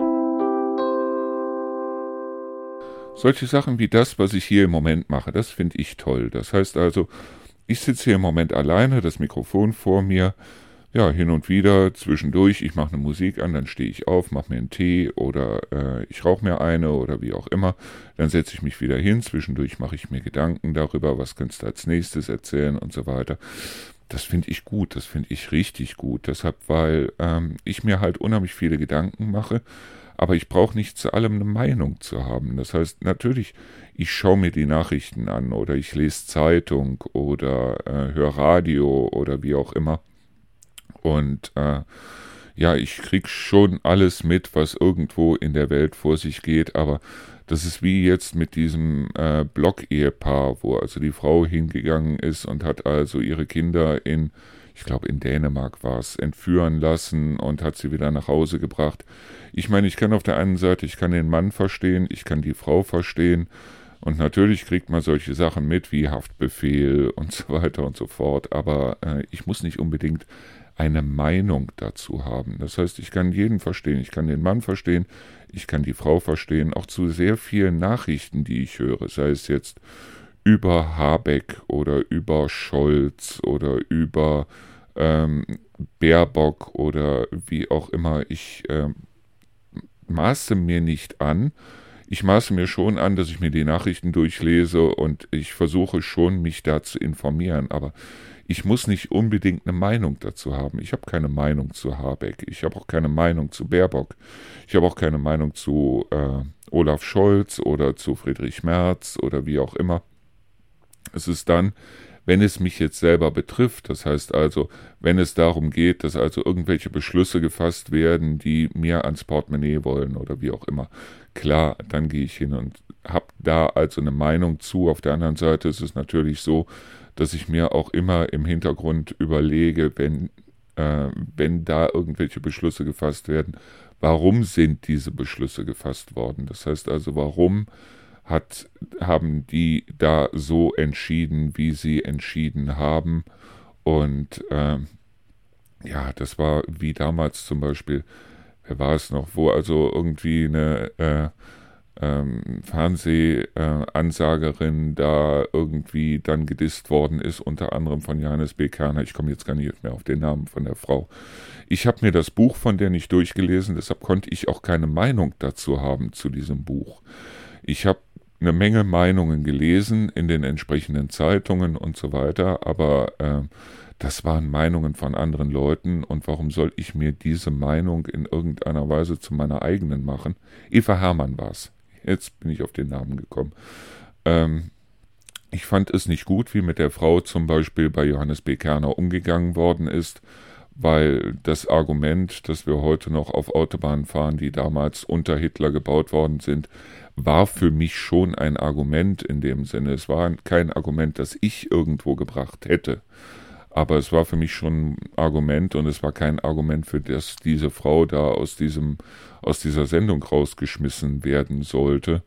Solche Sachen wie das, was ich hier im Moment mache, das finde ich toll. Das heißt also, ich sitze hier im Moment alleine, das Mikrofon vor mir, ja, hin und wieder zwischendurch, ich mache eine Musik an, dann stehe ich auf, mache mir einen Tee oder äh, ich rauche mir eine oder wie auch immer. Dann setze ich mich wieder hin, zwischendurch mache ich mir Gedanken darüber, was könntest du als nächstes erzählen und so weiter. Das finde ich gut, das finde ich richtig gut. Deshalb, weil ähm, ich mir halt unheimlich viele Gedanken mache, aber ich brauche nicht zu allem eine Meinung zu haben. Das heißt, natürlich, ich schaue mir die Nachrichten an oder ich lese Zeitung oder äh, höre Radio oder wie auch immer. Und äh, ja, ich krieg schon alles mit, was irgendwo in der Welt vor sich geht, aber das ist wie jetzt mit diesem äh, Block-Ehepaar, wo also die Frau hingegangen ist und hat also ihre Kinder in, ich glaube in Dänemark war es, entführen lassen und hat sie wieder nach Hause gebracht. Ich meine, ich kann auf der einen Seite, ich kann den Mann verstehen, ich kann die Frau verstehen und natürlich kriegt man solche Sachen mit wie Haftbefehl und so weiter und so fort, aber äh, ich muss nicht unbedingt eine Meinung dazu haben. Das heißt, ich kann jeden verstehen, ich kann den Mann verstehen, ich kann die Frau verstehen, auch zu sehr vielen Nachrichten, die ich höre, sei es jetzt über Habeck oder über Scholz oder über ähm, Baerbock oder wie auch immer. Ich äh, maße mir nicht an, ich maße mir schon an, dass ich mir die Nachrichten durchlese und ich versuche schon, mich da zu informieren, aber ich muss nicht unbedingt eine Meinung dazu haben. Ich habe keine Meinung zu Habeck. Ich habe auch keine Meinung zu Baerbock. Ich habe auch keine Meinung zu äh, Olaf Scholz oder zu Friedrich Merz oder wie auch immer. Es ist dann, wenn es mich jetzt selber betrifft, das heißt also, wenn es darum geht, dass also irgendwelche Beschlüsse gefasst werden, die mir ans Portemonnaie wollen oder wie auch immer, klar, dann gehe ich hin und habe da also eine Meinung zu. Auf der anderen Seite ist es natürlich so, dass ich mir auch immer im Hintergrund überlege, wenn, äh, wenn da irgendwelche Beschlüsse gefasst werden, warum sind diese Beschlüsse gefasst worden? Das heißt also, warum hat, haben die da so entschieden, wie sie entschieden haben? Und äh, ja, das war wie damals zum Beispiel, wer war es noch, wo also irgendwie eine äh, ähm, Fernsehansagerin äh, da irgendwie dann gedisst worden ist, unter anderem von Johannes B. Kerner. Ich komme jetzt gar nicht mehr auf den Namen von der Frau. Ich habe mir das Buch von der nicht durchgelesen, deshalb konnte ich auch keine Meinung dazu haben zu diesem Buch. Ich habe eine Menge Meinungen gelesen in den entsprechenden Zeitungen und so weiter, aber äh, das waren Meinungen von anderen Leuten und warum soll ich mir diese Meinung in irgendeiner Weise zu meiner eigenen machen? Eva Herrmann war es. Jetzt bin ich auf den Namen gekommen. Ähm, ich fand es nicht gut, wie mit der Frau zum Beispiel bei Johannes B. Kerner umgegangen worden ist, weil das Argument, dass wir heute noch auf Autobahnen fahren, die damals unter Hitler gebaut worden sind, war für mich schon ein Argument in dem Sinne. Es war kein Argument, das ich irgendwo gebracht hätte. Aber es war für mich schon ein Argument und es war kein Argument, für das diese Frau da aus diesem, aus dieser Sendung rausgeschmissen werden sollte.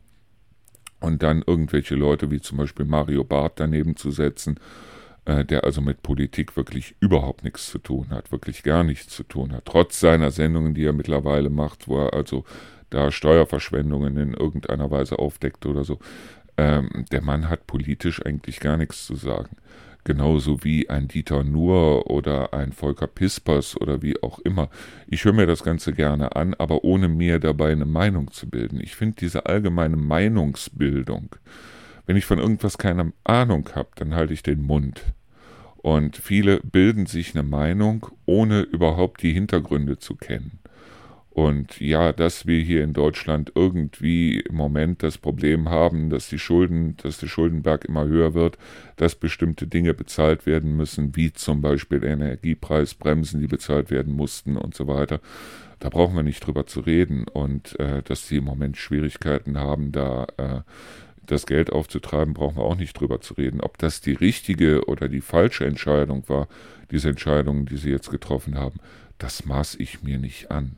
Und dann irgendwelche Leute wie zum Beispiel Mario Barth daneben zu setzen, äh, der also mit Politik wirklich überhaupt nichts zu tun hat, wirklich gar nichts zu tun hat. Trotz seiner Sendungen, die er mittlerweile macht, wo er also da Steuerverschwendungen in irgendeiner Weise aufdeckt oder so. Ähm, der Mann hat politisch eigentlich gar nichts zu sagen. Genauso wie ein Dieter Nuhr oder ein Volker Pispers oder wie auch immer. Ich höre mir das Ganze gerne an, aber ohne mir dabei eine Meinung zu bilden. Ich finde diese allgemeine Meinungsbildung, wenn ich von irgendwas keine Ahnung habe, dann halte ich den Mund. Und viele bilden sich eine Meinung, ohne überhaupt die Hintergründe zu kennen. Und ja, dass wir hier in Deutschland irgendwie im Moment das Problem haben, dass die Schulden, dass der Schuldenberg immer höher wird, dass bestimmte Dinge bezahlt werden müssen, wie zum Beispiel Energiepreisbremsen, die bezahlt werden mussten und so weiter. Da brauchen wir nicht drüber zu reden. Und äh, dass sie im Moment Schwierigkeiten haben, da äh, das Geld aufzutreiben, brauchen wir auch nicht drüber zu reden. Ob das die richtige oder die falsche Entscheidung war, diese Entscheidungen, die sie jetzt getroffen haben, das maß ich mir nicht an.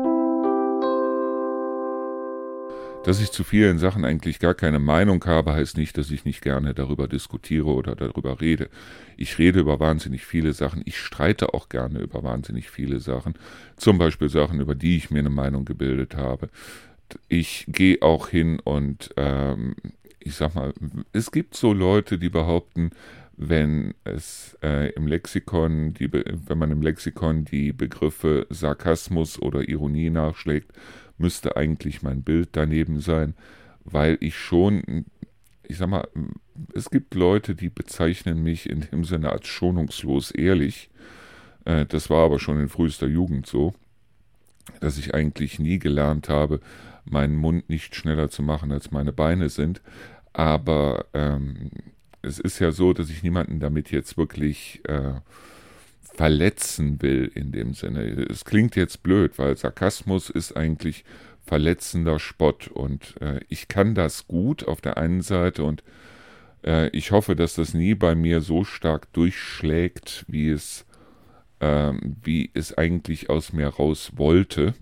Dass ich zu vielen Sachen eigentlich gar keine Meinung habe, heißt nicht, dass ich nicht gerne darüber diskutiere oder darüber rede. Ich rede über wahnsinnig viele Sachen. Ich streite auch gerne über wahnsinnig viele Sachen. Zum Beispiel Sachen, über die ich mir eine Meinung gebildet habe. Ich gehe auch hin und ähm, ich sag mal, es gibt so Leute, die behaupten, wenn es äh, im Lexikon, die, wenn man im Lexikon die Begriffe Sarkasmus oder Ironie nachschlägt, müsste eigentlich mein Bild daneben sein, weil ich schon, ich sag mal, es gibt Leute, die bezeichnen mich in dem Sinne als schonungslos ehrlich. Äh, das war aber schon in frühester Jugend so, dass ich eigentlich nie gelernt habe, meinen Mund nicht schneller zu machen, als meine Beine sind. Aber ähm, es ist ja so, dass ich niemanden damit jetzt wirklich äh, verletzen will in dem Sinne. Es klingt jetzt blöd, weil Sarkasmus ist eigentlich verletzender Spott und äh, ich kann das gut auf der einen Seite und äh, ich hoffe, dass das nie bei mir so stark durchschlägt, wie es, äh, wie es eigentlich aus mir raus wollte.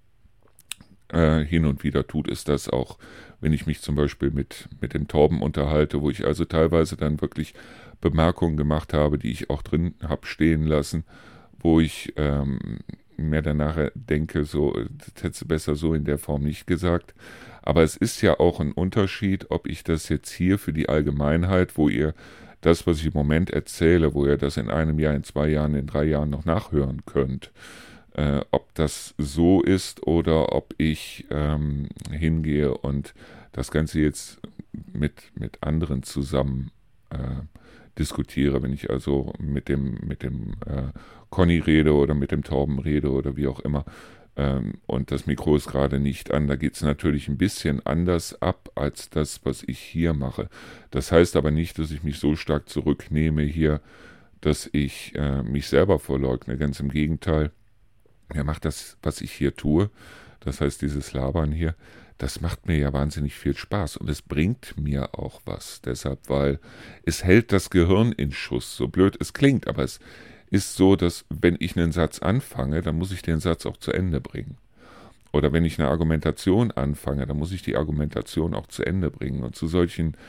Äh, hin und wieder tut es das auch, wenn ich mich zum Beispiel mit, mit dem Torben unterhalte, wo ich also teilweise dann wirklich Bemerkungen gemacht habe, die ich auch drin habe stehen lassen, wo ich ähm, mir danach denke, so, das hättest du besser so in der Form nicht gesagt. Aber es ist ja auch ein Unterschied, ob ich das jetzt hier für die Allgemeinheit, wo ihr das, was ich im Moment erzähle, wo ihr das in einem Jahr, in zwei Jahren, in drei Jahren noch nachhören könnt, äh, ob das so ist oder ob ich ähm, hingehe und das Ganze jetzt mit, mit anderen zusammen äh, diskutiere, wenn ich also mit dem, mit dem äh, Conny rede oder mit dem Torben rede oder wie auch immer. Ähm, und das Mikro ist gerade nicht an. Da geht es natürlich ein bisschen anders ab als das, was ich hier mache. Das heißt aber nicht, dass ich mich so stark zurücknehme hier, dass ich äh, mich selber verleugne. Ganz im Gegenteil. Mir macht das, was ich hier tue, das heißt dieses Labern hier, das macht mir ja wahnsinnig viel Spaß und es bringt mir auch was. Deshalb, weil es hält das Gehirn in Schuss, so blöd es klingt, aber es ist so, dass wenn ich einen Satz anfange, dann muss ich den Satz auch zu Ende bringen. Oder wenn ich eine Argumentation anfange, dann muss ich die Argumentation auch zu Ende bringen. Und zu solchen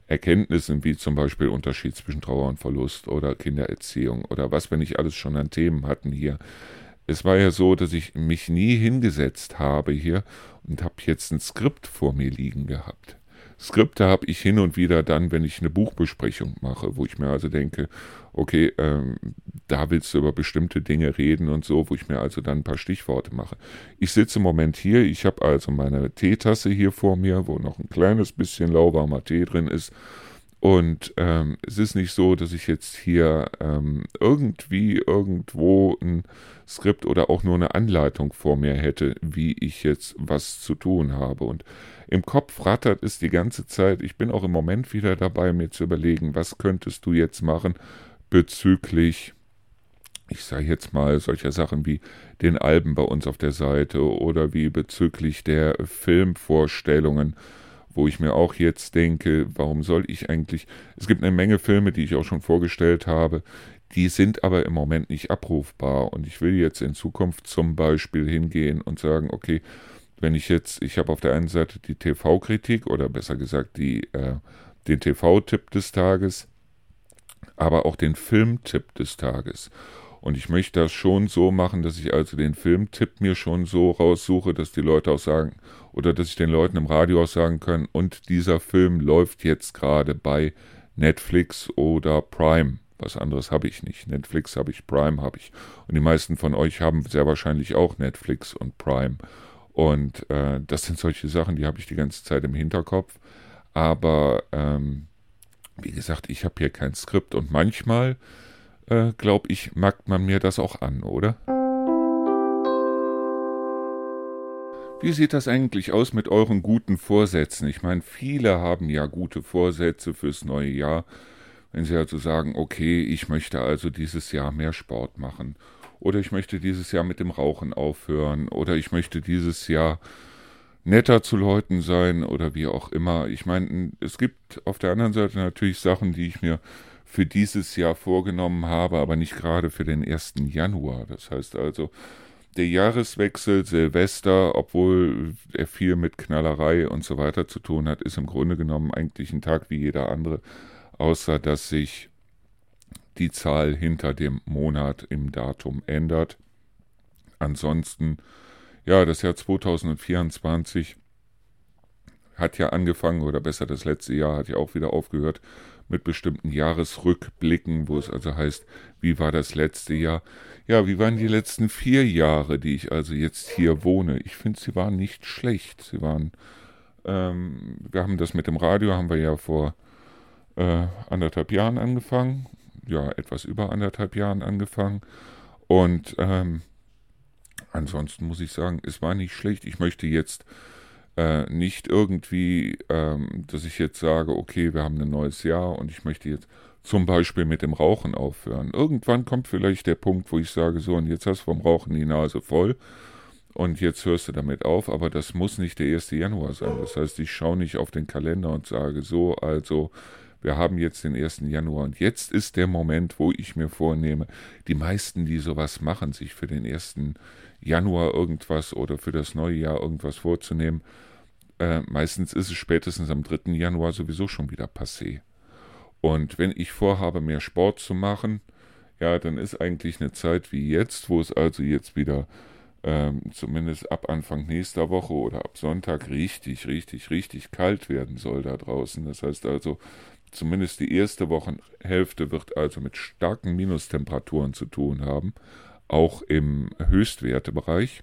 Erkenntnissen, wie zum Beispiel Unterschied zwischen Trauer und Verlust oder Kindererziehung oder was wir nicht alles schon an Themen hatten hier. Es war ja so, dass ich mich nie hingesetzt habe hier und habe jetzt ein Skript vor mir liegen gehabt. Skripte habe ich hin und wieder dann, wenn ich eine Buchbesprechung mache, wo ich mir also denke, okay, ähm, da willst du über bestimmte Dinge reden und so, wo ich mir also dann ein paar Stichworte mache. Ich sitze im Moment hier, ich habe also meine Teetasse hier vor mir, wo noch ein kleines bisschen lauwarmer Tee drin ist. Und ähm, es ist nicht so, dass ich jetzt hier ähm, irgendwie irgendwo ein Skript oder auch nur eine Anleitung vor mir hätte, wie ich jetzt was zu tun habe. Und im Kopf rattert es die ganze Zeit. Ich bin auch im Moment wieder dabei, mir zu überlegen, was könntest du jetzt machen bezüglich, ich sage jetzt mal, solcher Sachen wie den Alben bei uns auf der Seite oder wie bezüglich der Filmvorstellungen, wo ich mir auch jetzt denke, warum soll ich eigentlich, es gibt eine Menge Filme, die ich auch schon vorgestellt habe, die sind aber im Moment nicht abrufbar und ich will jetzt in Zukunft zum Beispiel hingehen und sagen, okay, wenn ich jetzt, ich habe auf der einen Seite die T V-Kritik oder besser gesagt die, äh, den T V-Tipp des Tages, aber auch den Filmtipp des Tages. Und ich möchte das schon so machen, dass ich also den Filmtipp mir schon so raussuche, dass die Leute auch sagen, oder dass ich den Leuten im Radio auch sagen kann, und dieser Film läuft jetzt gerade bei Netflix oder Prime. Was anderes habe ich nicht. Netflix habe ich, Prime habe ich. Und die meisten von euch haben sehr wahrscheinlich auch Netflix und Prime. Und äh, das sind solche Sachen, die habe ich die ganze Zeit im Hinterkopf. Aber ähm, wie gesagt, ich habe hier kein Skript und manchmal Äh, glaube ich, mag man mir das auch an, oder? Wie sieht das eigentlich aus mit euren guten Vorsätzen? Ich meine, viele haben ja gute Vorsätze fürs neue Jahr, wenn sie also sagen, okay, ich möchte also dieses Jahr mehr Sport machen oder ich möchte dieses Jahr mit dem Rauchen aufhören oder ich möchte dieses Jahr netter zu Leuten sein oder wie auch immer. Ich meine, es gibt auf der anderen Seite natürlich Sachen, die ich mir für dieses Jahr vorgenommen habe, aber nicht gerade für den ersten Januar. Das heißt also, der Jahreswechsel, Silvester, obwohl er viel mit Knallerei und so weiter zu tun hat, ist im Grunde genommen eigentlich ein Tag wie jeder andere, außer dass sich die Zahl hinter dem Monat im Datum ändert. Ansonsten, ja, das Jahr zweitausendvierundzwanzig hat ja angefangen, oder besser das letzte Jahr hat ja auch wieder aufgehört, mit bestimmten Jahresrückblicken, wo es also heißt, wie war das letzte Jahr? Ja, wie waren die letzten vier Jahre, die ich also jetzt hier wohne? Ich finde, sie waren nicht schlecht. Sie waren, ähm, wir haben das mit dem Radio, haben wir ja vor äh, anderthalb Jahren angefangen, ja, etwas über anderthalb Jahren angefangen und ähm, ansonsten muss ich sagen, es war nicht schlecht. Ich möchte jetzt Äh, nicht irgendwie, ähm, dass ich jetzt sage, okay, wir haben ein neues Jahr und ich möchte jetzt zum Beispiel mit dem Rauchen aufhören. Irgendwann kommt vielleicht der Punkt, wo ich sage, so, und jetzt hast du vom Rauchen die Nase voll und jetzt hörst du damit auf, aber das muss nicht der erste Januar sein. Das heißt, ich schaue nicht auf den Kalender und sage, so, also wir haben jetzt den ersten Januar und jetzt ist der Moment, wo ich mir vornehme, die meisten, die sowas machen, sich für den ersten Januar irgendwas oder für das neue Jahr irgendwas vorzunehmen, Äh, meistens ist es spätestens am dritten Januar sowieso schon wieder passé. Und wenn ich vorhabe, mehr Sport zu machen, ja, dann ist eigentlich eine Zeit wie jetzt, wo es also jetzt wieder ähm, zumindest ab Anfang nächster Woche oder ab Sonntag richtig, richtig, richtig kalt werden soll da draußen. Das heißt also, zumindest die erste Wochenhälfte wird also mit starken Minustemperaturen zu tun haben, auch im Höchstwertebereich.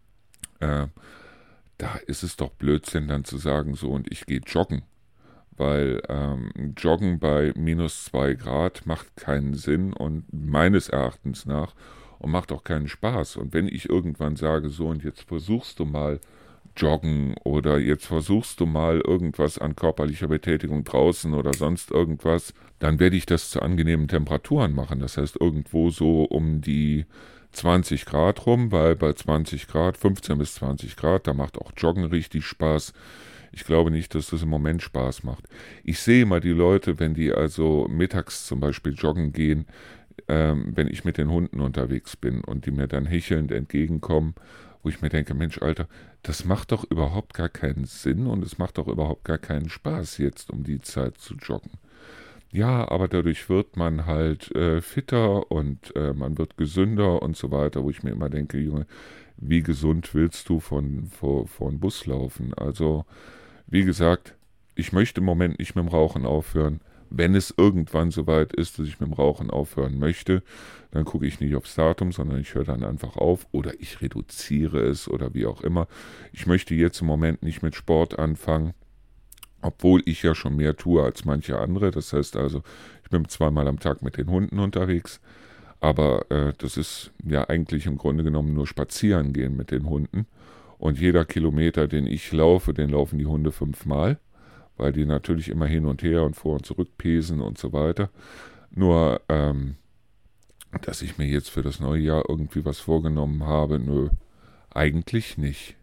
Äh, Da ist es doch Blödsinn dann zu sagen, so und ich gehe joggen, weil ähm, Joggen bei minus zwei Grad macht keinen Sinn und meines Erachtens nach und macht auch keinen Spaß. Und wenn ich irgendwann sage, so und jetzt versuchst du mal joggen oder jetzt versuchst du mal irgendwas an körperlicher Betätigung draußen oder sonst irgendwas, dann werde ich das zu angenehmen Temperaturen machen. Das heißt irgendwo so um die zwanzig Grad rum, weil bei zwanzig Grad, fünfzehn bis zwanzig Grad, da macht auch Joggen richtig Spaß. Ich glaube nicht, dass das im Moment Spaß macht. Ich sehe immer die Leute, wenn die also mittags zum Beispiel joggen gehen, ähm, wenn ich mit den Hunden unterwegs bin und die mir dann hechelnd entgegenkommen, wo ich mir denke, Mensch, Alter, das macht doch überhaupt gar keinen Sinn und es macht doch überhaupt gar keinen Spaß, jetzt um die Zeit zu joggen. Ja, aber dadurch wird man halt äh, fitter und äh, man wird gesünder und so weiter, wo ich mir immer denke, Junge, wie gesund willst du von, vor, vor einen Bus laufen? Also, wie gesagt, ich möchte im Moment nicht mit dem Rauchen aufhören. Wenn es irgendwann soweit ist, dass ich mit dem Rauchen aufhören möchte, dann gucke ich nicht aufs Datum, sondern ich höre dann einfach auf oder ich reduziere es oder wie auch immer. Ich möchte jetzt im Moment nicht mit Sport anfangen, obwohl ich ja schon mehr tue als manche andere. Das heißt also, ich bin zweimal am Tag mit den Hunden unterwegs, aber äh, das ist ja eigentlich im Grunde genommen nur spazieren gehen mit den Hunden. Und jeder Kilometer, den ich laufe, den laufen die Hunde fünfmal, weil die natürlich immer hin und her und vor und zurück pesen und so weiter. Nur, ähm, dass ich mir jetzt für das neue Jahr irgendwie was vorgenommen habe, nö, eigentlich nicht.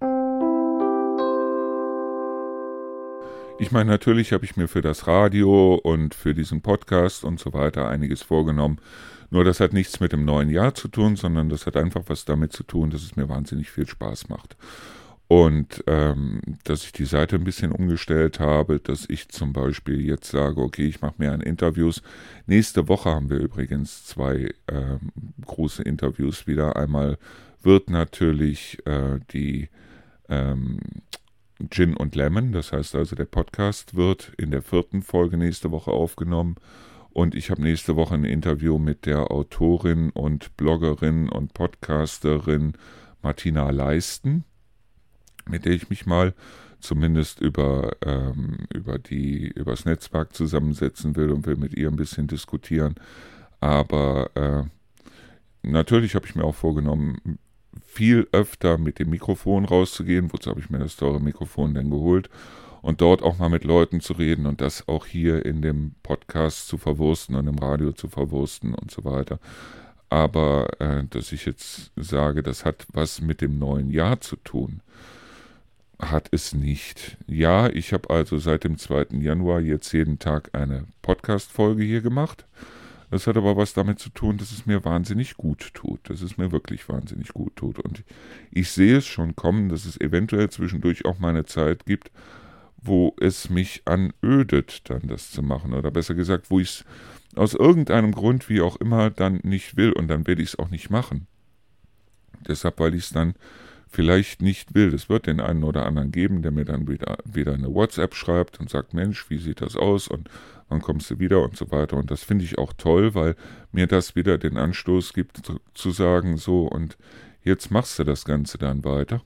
Ich meine, natürlich habe ich mir für das Radio und für diesen Podcast und so weiter einiges vorgenommen. Nur das hat nichts mit dem neuen Jahr zu tun, sondern das hat einfach was damit zu tun, dass es mir wahnsinnig viel Spaß macht. Und ähm, dass ich die Seite ein bisschen umgestellt habe, dass ich zum Beispiel jetzt sage, okay, ich mache mehr an Interviews. Nächste Woche haben wir übrigens zwei ähm, große Interviews wieder. Einmal wird natürlich äh, die ähm, Gin und Lemon, das heißt also der Podcast wird in der vierten Folge nächste Woche aufgenommen. Und ich habe nächste Woche ein Interview mit der Autorin und Bloggerin und Podcasterin Martina Leisten, mit der ich mich mal zumindest über, ähm, über die, übers Netzwerk zusammensetzen will und will mit ihr ein bisschen diskutieren. Aber äh, natürlich habe ich mir auch vorgenommen, viel öfter mit dem Mikrofon rauszugehen. Wozu habe ich mir das teure Mikrofon denn geholt? Und dort auch mal mit Leuten zu reden und das auch hier in dem Podcast zu verwursten und im Radio zu verwursten und so weiter. Aber äh, dass ich jetzt sage, das hat was mit dem neuen Jahr zu tun, hat es nicht. Ja, ich habe also seit dem zweiten Januar jetzt jeden Tag eine Podcast-Folge hier gemacht. Das hat aber was damit zu tun, dass es mir wahnsinnig gut tut. Dass es mir wirklich wahnsinnig gut tut. Und ich sehe es schon kommen, dass es eventuell zwischendurch auch mal eine Zeit gibt, wo es mich anödet, dann das zu machen. Oder besser gesagt, wo ich es aus irgendeinem Grund, wie auch immer, dann nicht will. Und dann werde ich es auch nicht machen. Deshalb, weil ich es dann vielleicht nicht will. Es wird den einen oder anderen geben, der mir dann wieder, wieder eine WhatsApp schreibt und sagt, Mensch, wie sieht das aus und wann kommst du wieder und so weiter. Und das finde ich auch toll, weil mir das wieder den Anstoß gibt zu, zu sagen, so und jetzt machst du das Ganze dann weiter.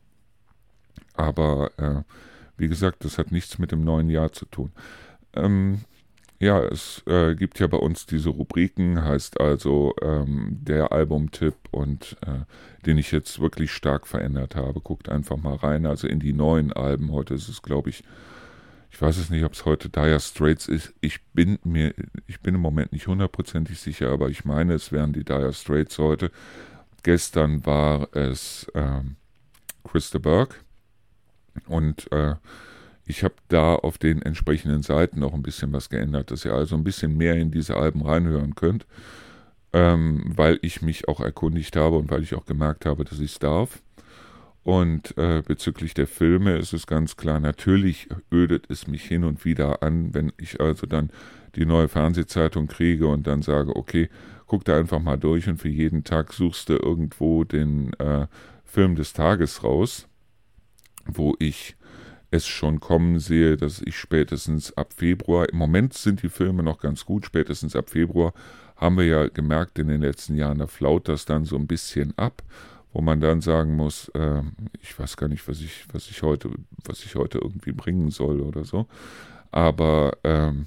Aber äh, wie gesagt, das hat nichts mit dem neuen Jahr zu tun. Ähm, Ja, es äh, gibt ja bei uns diese Rubriken, heißt also ähm, der Albumtipp und äh, den ich jetzt wirklich stark verändert habe. Guckt einfach mal rein, also in die neuen Alben. Heute ist es, glaube ich, ich weiß es nicht, ob es heute Dire Straits ist. Ich bin mir, ich bin im Moment nicht hundertprozentig sicher, aber ich meine, es wären die Dire Straits heute. Gestern war es ähm, Chris de Burgh und äh, ich habe da auf den entsprechenden Seiten noch ein bisschen was geändert, dass ihr also ein bisschen mehr in diese Alben reinhören könnt, ähm, weil ich mich auch erkundigt habe und weil ich auch gemerkt habe, dass ich es darf. Und äh, bezüglich der Filme ist es ganz klar, natürlich ödet es mich hin und wieder an, wenn ich also dann die neue Fernsehzeitung kriege und dann sage, okay, guck da einfach mal durch und für jeden Tag suchst du irgendwo den äh, Film des Tages raus, wo ich es schon kommen sehe, dass ich spätestens ab Februar, im Moment sind die Filme noch ganz gut, spätestens ab Februar haben wir ja gemerkt in den letzten Jahren, da flaut das dann so ein bisschen ab, wo man dann sagen muss, äh, ich weiß gar nicht, was ich, was ich heute, was ich heute irgendwie bringen soll oder so, aber ähm,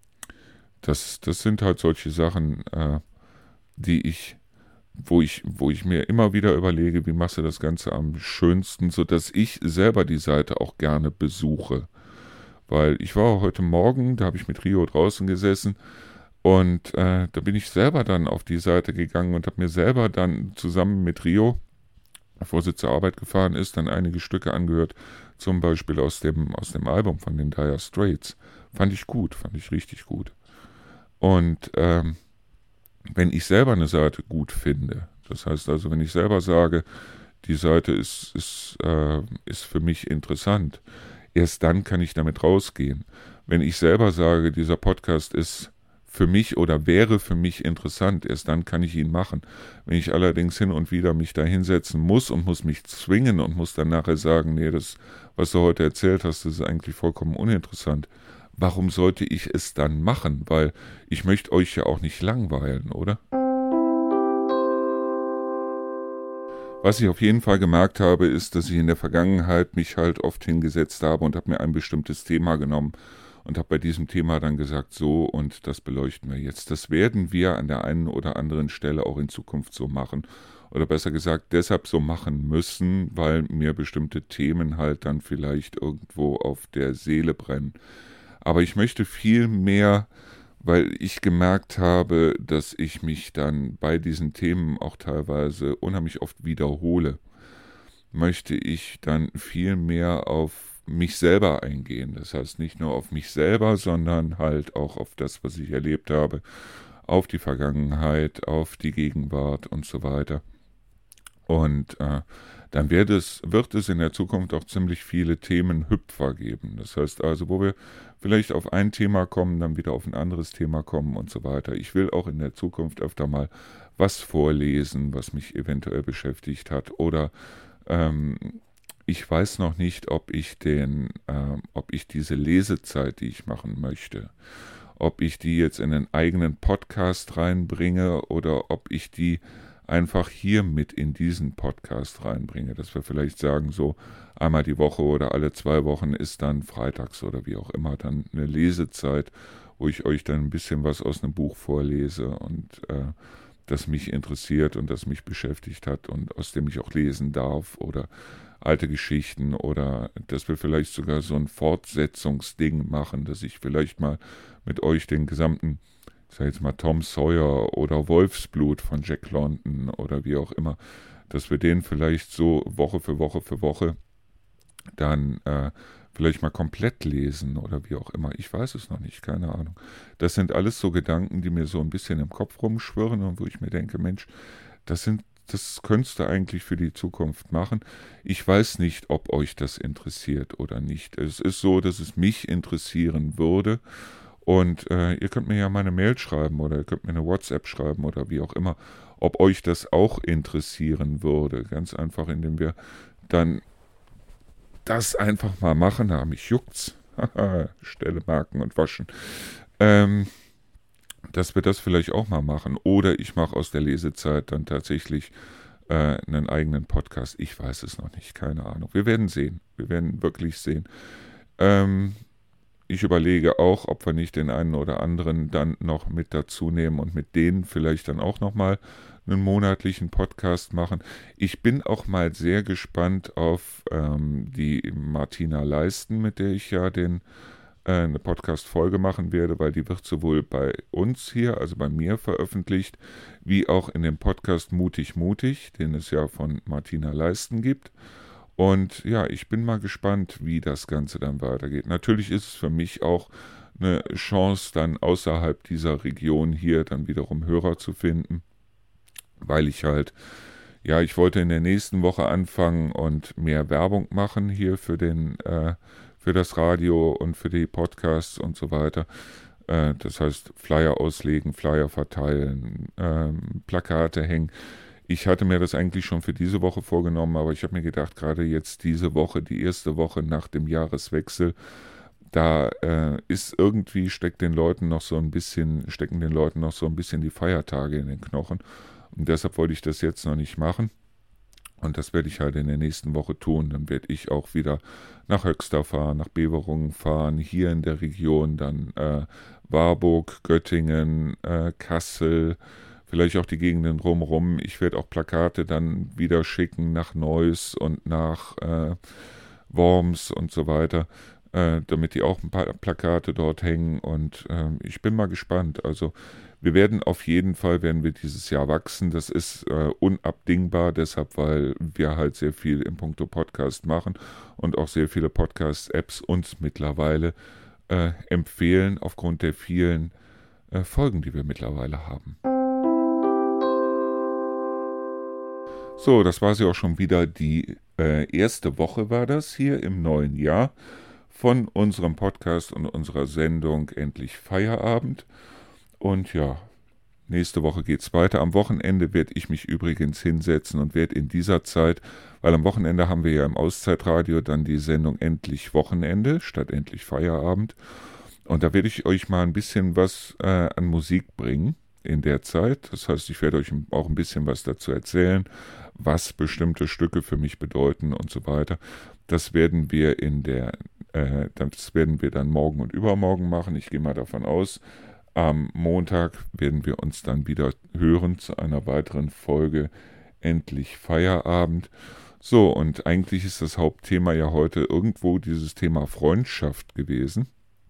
das, das sind halt solche Sachen, äh, die ich wo ich, wo ich mir immer wieder überlege, wie machst du das Ganze am schönsten, sodass ich selber die Seite auch gerne besuche. Weil ich war heute Morgen, da habe ich mit Rio draußen gesessen und äh, da bin ich selber dann auf die Seite gegangen und habe mir selber dann zusammen mit Rio, bevor sie zur Arbeit gefahren ist, dann einige Stücke angehört, zum Beispiel aus dem, aus dem Album von den Dire Straits. Fand ich gut, fand ich richtig gut. Und ähm, wenn ich selber eine Seite gut finde, das heißt also, wenn ich selber sage, die Seite ist, ist, äh, ist für mich interessant. Erst dann kann ich damit rausgehen. Wenn ich selber sage, dieser Podcast ist für mich oder wäre für mich interessant, erst dann kann ich ihn machen. Wenn ich allerdings hin und wieder mich da hinsetzen muss und muss mich zwingen und muss dann nachher sagen, nee, das, was du heute erzählt hast, das ist eigentlich vollkommen uninteressant. Warum sollte ich es dann machen? Weil ich möchte euch ja auch nicht langweilen, oder? Was ich auf jeden Fall gemerkt habe, ist, dass ich in der Vergangenheit mich halt oft hingesetzt habe und habe mir ein bestimmtes Thema genommen und habe bei diesem Thema dann gesagt, so und das beleuchten wir jetzt. Das werden wir an der einen oder anderen Stelle auch in Zukunft so machen. Oder besser gesagt, deshalb so machen müssen, weil mir bestimmte Themen halt dann vielleicht irgendwo auf der Seele brennen. Aber ich möchte viel mehr, weil ich gemerkt habe, dass ich mich dann bei diesen Themen auch teilweise unheimlich oft wiederhole, möchte ich dann viel mehr auf mich selber eingehen. Das heißt nicht nur auf mich selber, sondern halt auch auf das, was ich erlebt habe, auf die Vergangenheit, auf die Gegenwart und so weiter. Und äh, dann wird es, wird es in der Zukunft auch ziemlich viele Themenhüpfer geben. Das heißt also, wo wir vielleicht auf ein Thema kommen, dann wieder auf ein anderes Thema kommen und so weiter. Ich will auch in der Zukunft öfter mal was vorlesen, was mich eventuell beschäftigt hat. Oder ähm, ich weiß noch nicht, ob ich den, äh, ob ich diese Lesezeit, die ich machen möchte, ob ich die jetzt in einen eigenen Podcast reinbringe oder ob ich die einfach hier mit in diesen Podcast reinbringe, dass wir vielleicht sagen, so einmal die Woche oder alle zwei Wochen ist dann freitags oder wie auch immer dann eine Lesezeit, wo ich euch dann ein bisschen was aus einem Buch vorlese und äh, das mich interessiert und das mich beschäftigt hat und aus dem ich auch lesen darf oder alte Geschichten oder dass wir vielleicht sogar so ein Fortsetzungsding machen, dass ich vielleicht mal mit euch den gesamten, ich sage jetzt mal Tom Sawyer oder Wolfsblut von Jack London oder wie auch immer, dass wir den vielleicht so Woche für Woche für Woche dann äh, vielleicht mal komplett lesen oder wie auch immer. Ich weiß es noch nicht, keine Ahnung. Das sind alles so Gedanken, die mir so ein bisschen im Kopf rumschwirren und wo ich mir denke, Mensch, das sind das könntest du eigentlich für die Zukunft machen. Ich weiß nicht, ob euch das interessiert oder nicht. Es ist so, dass es mich interessieren würde. Und äh, ihr könnt mir ja mal eine Mail schreiben oder ihr könnt mir eine WhatsApp schreiben oder wie auch immer, ob euch das auch interessieren würde. Ganz einfach, indem wir dann das einfach mal machen. Na, mich juckt's. Stelle Marken und waschen. Ähm, dass wir das vielleicht auch mal machen. Oder ich mache aus der Lesezeit dann tatsächlich äh, einen eigenen Podcast. Ich weiß es noch nicht, keine Ahnung. Wir werden sehen. Wir werden wirklich sehen. Ähm, ich überlege auch, ob wir nicht den einen oder anderen dann noch mit dazu nehmen und mit denen vielleicht dann auch nochmal einen monatlichen Podcast machen. Ich bin auch mal sehr gespannt auf ähm, die Martina Leisten, mit der ich ja den eine Podcast-Folge machen werde, weil die wird sowohl bei uns hier, also bei mir veröffentlicht, wie auch in dem Podcast Mutig Mutig, den es ja von Martina Leisten gibt. Und ja, ich bin mal gespannt, wie das Ganze dann weitergeht. Natürlich ist es für mich auch eine Chance, dann außerhalb dieser Region hier dann wiederum Hörer zu finden, weil ich halt, ja, ich wollte in der nächsten Woche anfangen und mehr Werbung machen hier für den äh, für das Radio und für die Podcasts und so weiter. Äh, das heißt, Flyer auslegen, Flyer verteilen, ähm, Plakate hängen. Ich hatte mir das eigentlich schon für diese Woche vorgenommen, aber ich habe mir gedacht, gerade jetzt diese Woche, die erste Woche nach dem Jahreswechsel, da äh, ist irgendwie, steckt den Leuten noch so ein bisschen, stecken den Leuten noch so ein bisschen die Feiertage in den Knochen. Und deshalb wollte ich das jetzt noch nicht machen. Und das werde ich halt in der nächsten Woche tun. Dann werde ich auch wieder nach Höxter fahren, nach Beverungen fahren, hier in der Region, dann äh, Warburg, Göttingen, äh, Kassel, vielleicht auch die Gegenden drumherum. Ich werde auch Plakate dann wieder schicken nach Neuss und nach äh, Worms und so weiter, äh, damit die auch ein paar Plakate dort hängen. Und äh, ich bin mal gespannt. Also wir werden auf jeden Fall, werden wir dieses Jahr wachsen. Das ist äh, unabdingbar, deshalb, weil wir halt sehr viel im Punkto Podcast machen und auch sehr viele Podcast-Apps uns mittlerweile äh, empfehlen, aufgrund der vielen äh, Folgen, die wir mittlerweile haben. So, das war sie auch schon wieder. Die äh, erste Woche war das hier im neuen Jahr von unserem Podcast und unserer Sendung Endlich Feierabend. Und ja, nächste Woche geht's weiter. Am Wochenende werde ich mich übrigens hinsetzen und werde in dieser Zeit, weil am Wochenende haben wir ja im Auszeitradio dann die Sendung Endlich Wochenende statt Endlich Feierabend. Und da werde ich euch mal ein bisschen was äh, an Musik bringen in der Zeit. Das heißt, ich werde euch auch ein bisschen was dazu erzählen, was bestimmte Stücke für mich bedeuten und so weiter. Das werden wir in der, äh, das werden wir dann morgen und übermorgen machen. Ich gehe mal davon aus, am Montag werden wir uns dann wieder hören zu einer weiteren Folge Endlich Feierabend. So, und eigentlich ist das Hauptthema ja heute irgendwo dieses Thema Freundschaft gewesen.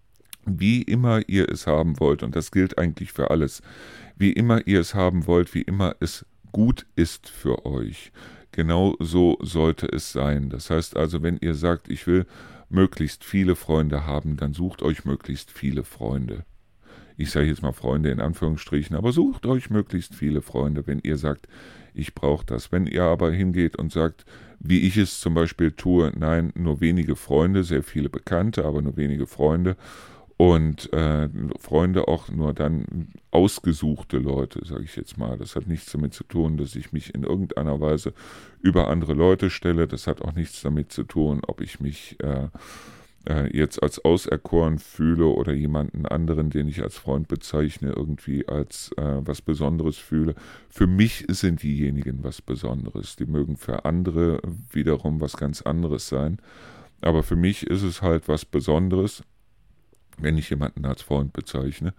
Wie immer ihr es haben wollt, und das gilt eigentlich für alles, wie immer ihr es haben wollt, wie immer es gut ist für euch, genau so sollte es sein. Das heißt also, wenn ihr sagt, ich will möglichst viele Freunde haben, dann sucht euch möglichst viele Freunde. Ich sage jetzt mal Freunde in Anführungsstrichen, aber sucht euch möglichst viele Freunde, wenn ihr sagt, ich brauche das. Wenn ihr aber hingeht und sagt, wie ich es zum Beispiel tue, nein, nur wenige Freunde, sehr viele Bekannte, aber nur wenige Freunde, und äh, Freunde auch nur dann ausgesuchte Leute, sage ich jetzt mal. Das hat nichts damit zu tun, dass ich mich in irgendeiner Weise über andere Leute stelle. Das hat auch nichts damit zu tun, ob ich mich äh, äh, jetzt als auserkoren fühle oder jemanden anderen, den ich als Freund bezeichne, irgendwie als äh, was Besonderes fühle. Für mich sind diejenigen was Besonderes. Die mögen für andere wiederum was ganz anderes sein. Aber für mich ist es halt was Besonderes, wenn ich jemanden als Freund bezeichne.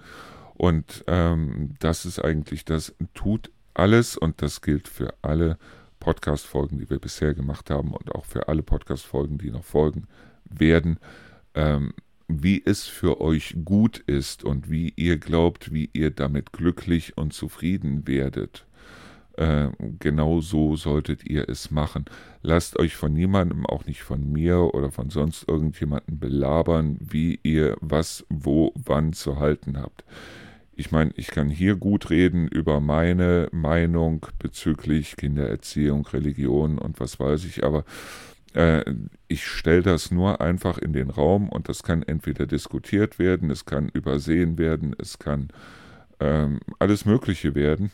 Und ähm, das ist eigentlich, das tut alles, und das gilt für alle Podcast-Folgen, die wir bisher gemacht haben und auch für alle Podcast-Folgen, die noch folgen werden, ähm, wie es für euch gut ist und wie ihr glaubt, wie ihr damit glücklich und zufrieden werdet. Äh, genau so solltet ihr es machen. Lasst euch von niemandem, auch nicht von mir oder von sonst irgendjemandem belabern, wie ihr was, wo, wann zu halten habt. Ich meine, ich kann hier gut reden über meine Meinung bezüglich Kindererziehung, Religion und was weiß ich, aber äh, ich stelle das nur einfach in den Raum, und das kann entweder diskutiert werden, es kann übersehen werden, es kann ähm, alles Mögliche werden.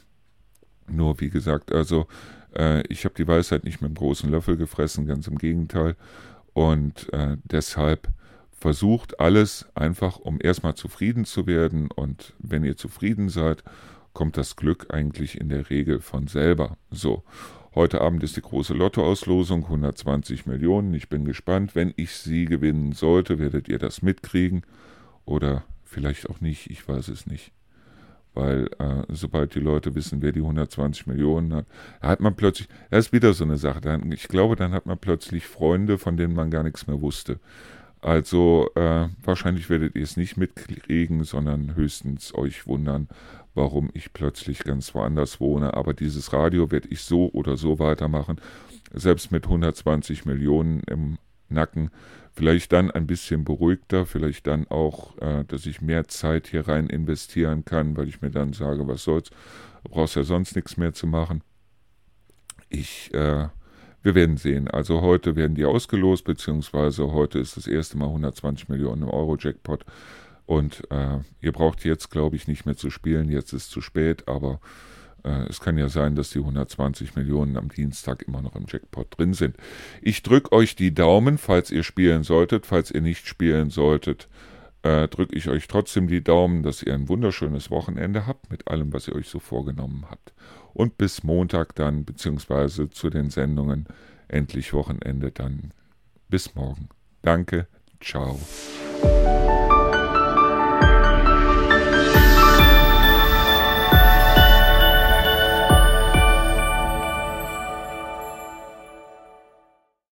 Nur, wie gesagt, also äh, ich habe die Weisheit nicht mit einem großen Löffel gefressen, ganz im Gegenteil. Und äh, deshalb versucht alles einfach, um erstmal zufrieden zu werden. Und wenn ihr zufrieden seid, kommt das Glück eigentlich in der Regel von selber. So, heute Abend ist die große Lottoauslosung, hundertzwanzig Millionen. Ich bin gespannt. Wenn ich sie gewinnen sollte, werdet ihr das mitkriegen. Oder vielleicht auch nicht, ich weiß es nicht. Weil äh, sobald die Leute wissen, wer die hundertzwanzig Millionen hat, hat man plötzlich, das ist wieder so eine Sache, dann, ich glaube, dann hat man plötzlich Freunde, von denen man gar nichts mehr wusste. Also äh, wahrscheinlich werdet ihr es nicht mitkriegen, sondern höchstens euch wundern, warum ich plötzlich ganz woanders wohne. Aber dieses Radio werde ich so oder so weitermachen, selbst mit hundertzwanzig Millionen im Nacken. Vielleicht dann ein bisschen beruhigter, vielleicht dann auch, äh, dass ich mehr Zeit hier rein investieren kann, weil ich mir dann sage, was soll's, du brauchst ja sonst nichts mehr zu machen. Ich, äh, wir werden sehen. Also heute werden die ausgelost, beziehungsweise heute ist das erste Mal hundertzwanzig Millionen im Euro-Jackpot. Und äh, ihr braucht jetzt, glaube ich, nicht mehr zu spielen, jetzt ist es zu spät, aber es kann ja sein, dass die hundertzwanzig Millionen am Dienstag immer noch im Jackpot drin sind. Ich drücke euch die Daumen, falls ihr spielen solltet. Falls ihr nicht spielen solltet, äh, drücke ich euch trotzdem die Daumen, dass ihr ein wunderschönes Wochenende habt mit allem, was ihr euch so vorgenommen habt. Und bis Montag dann, beziehungsweise zu den Sendungen Endlich Wochenende dann. Bis morgen. Danke, ciao.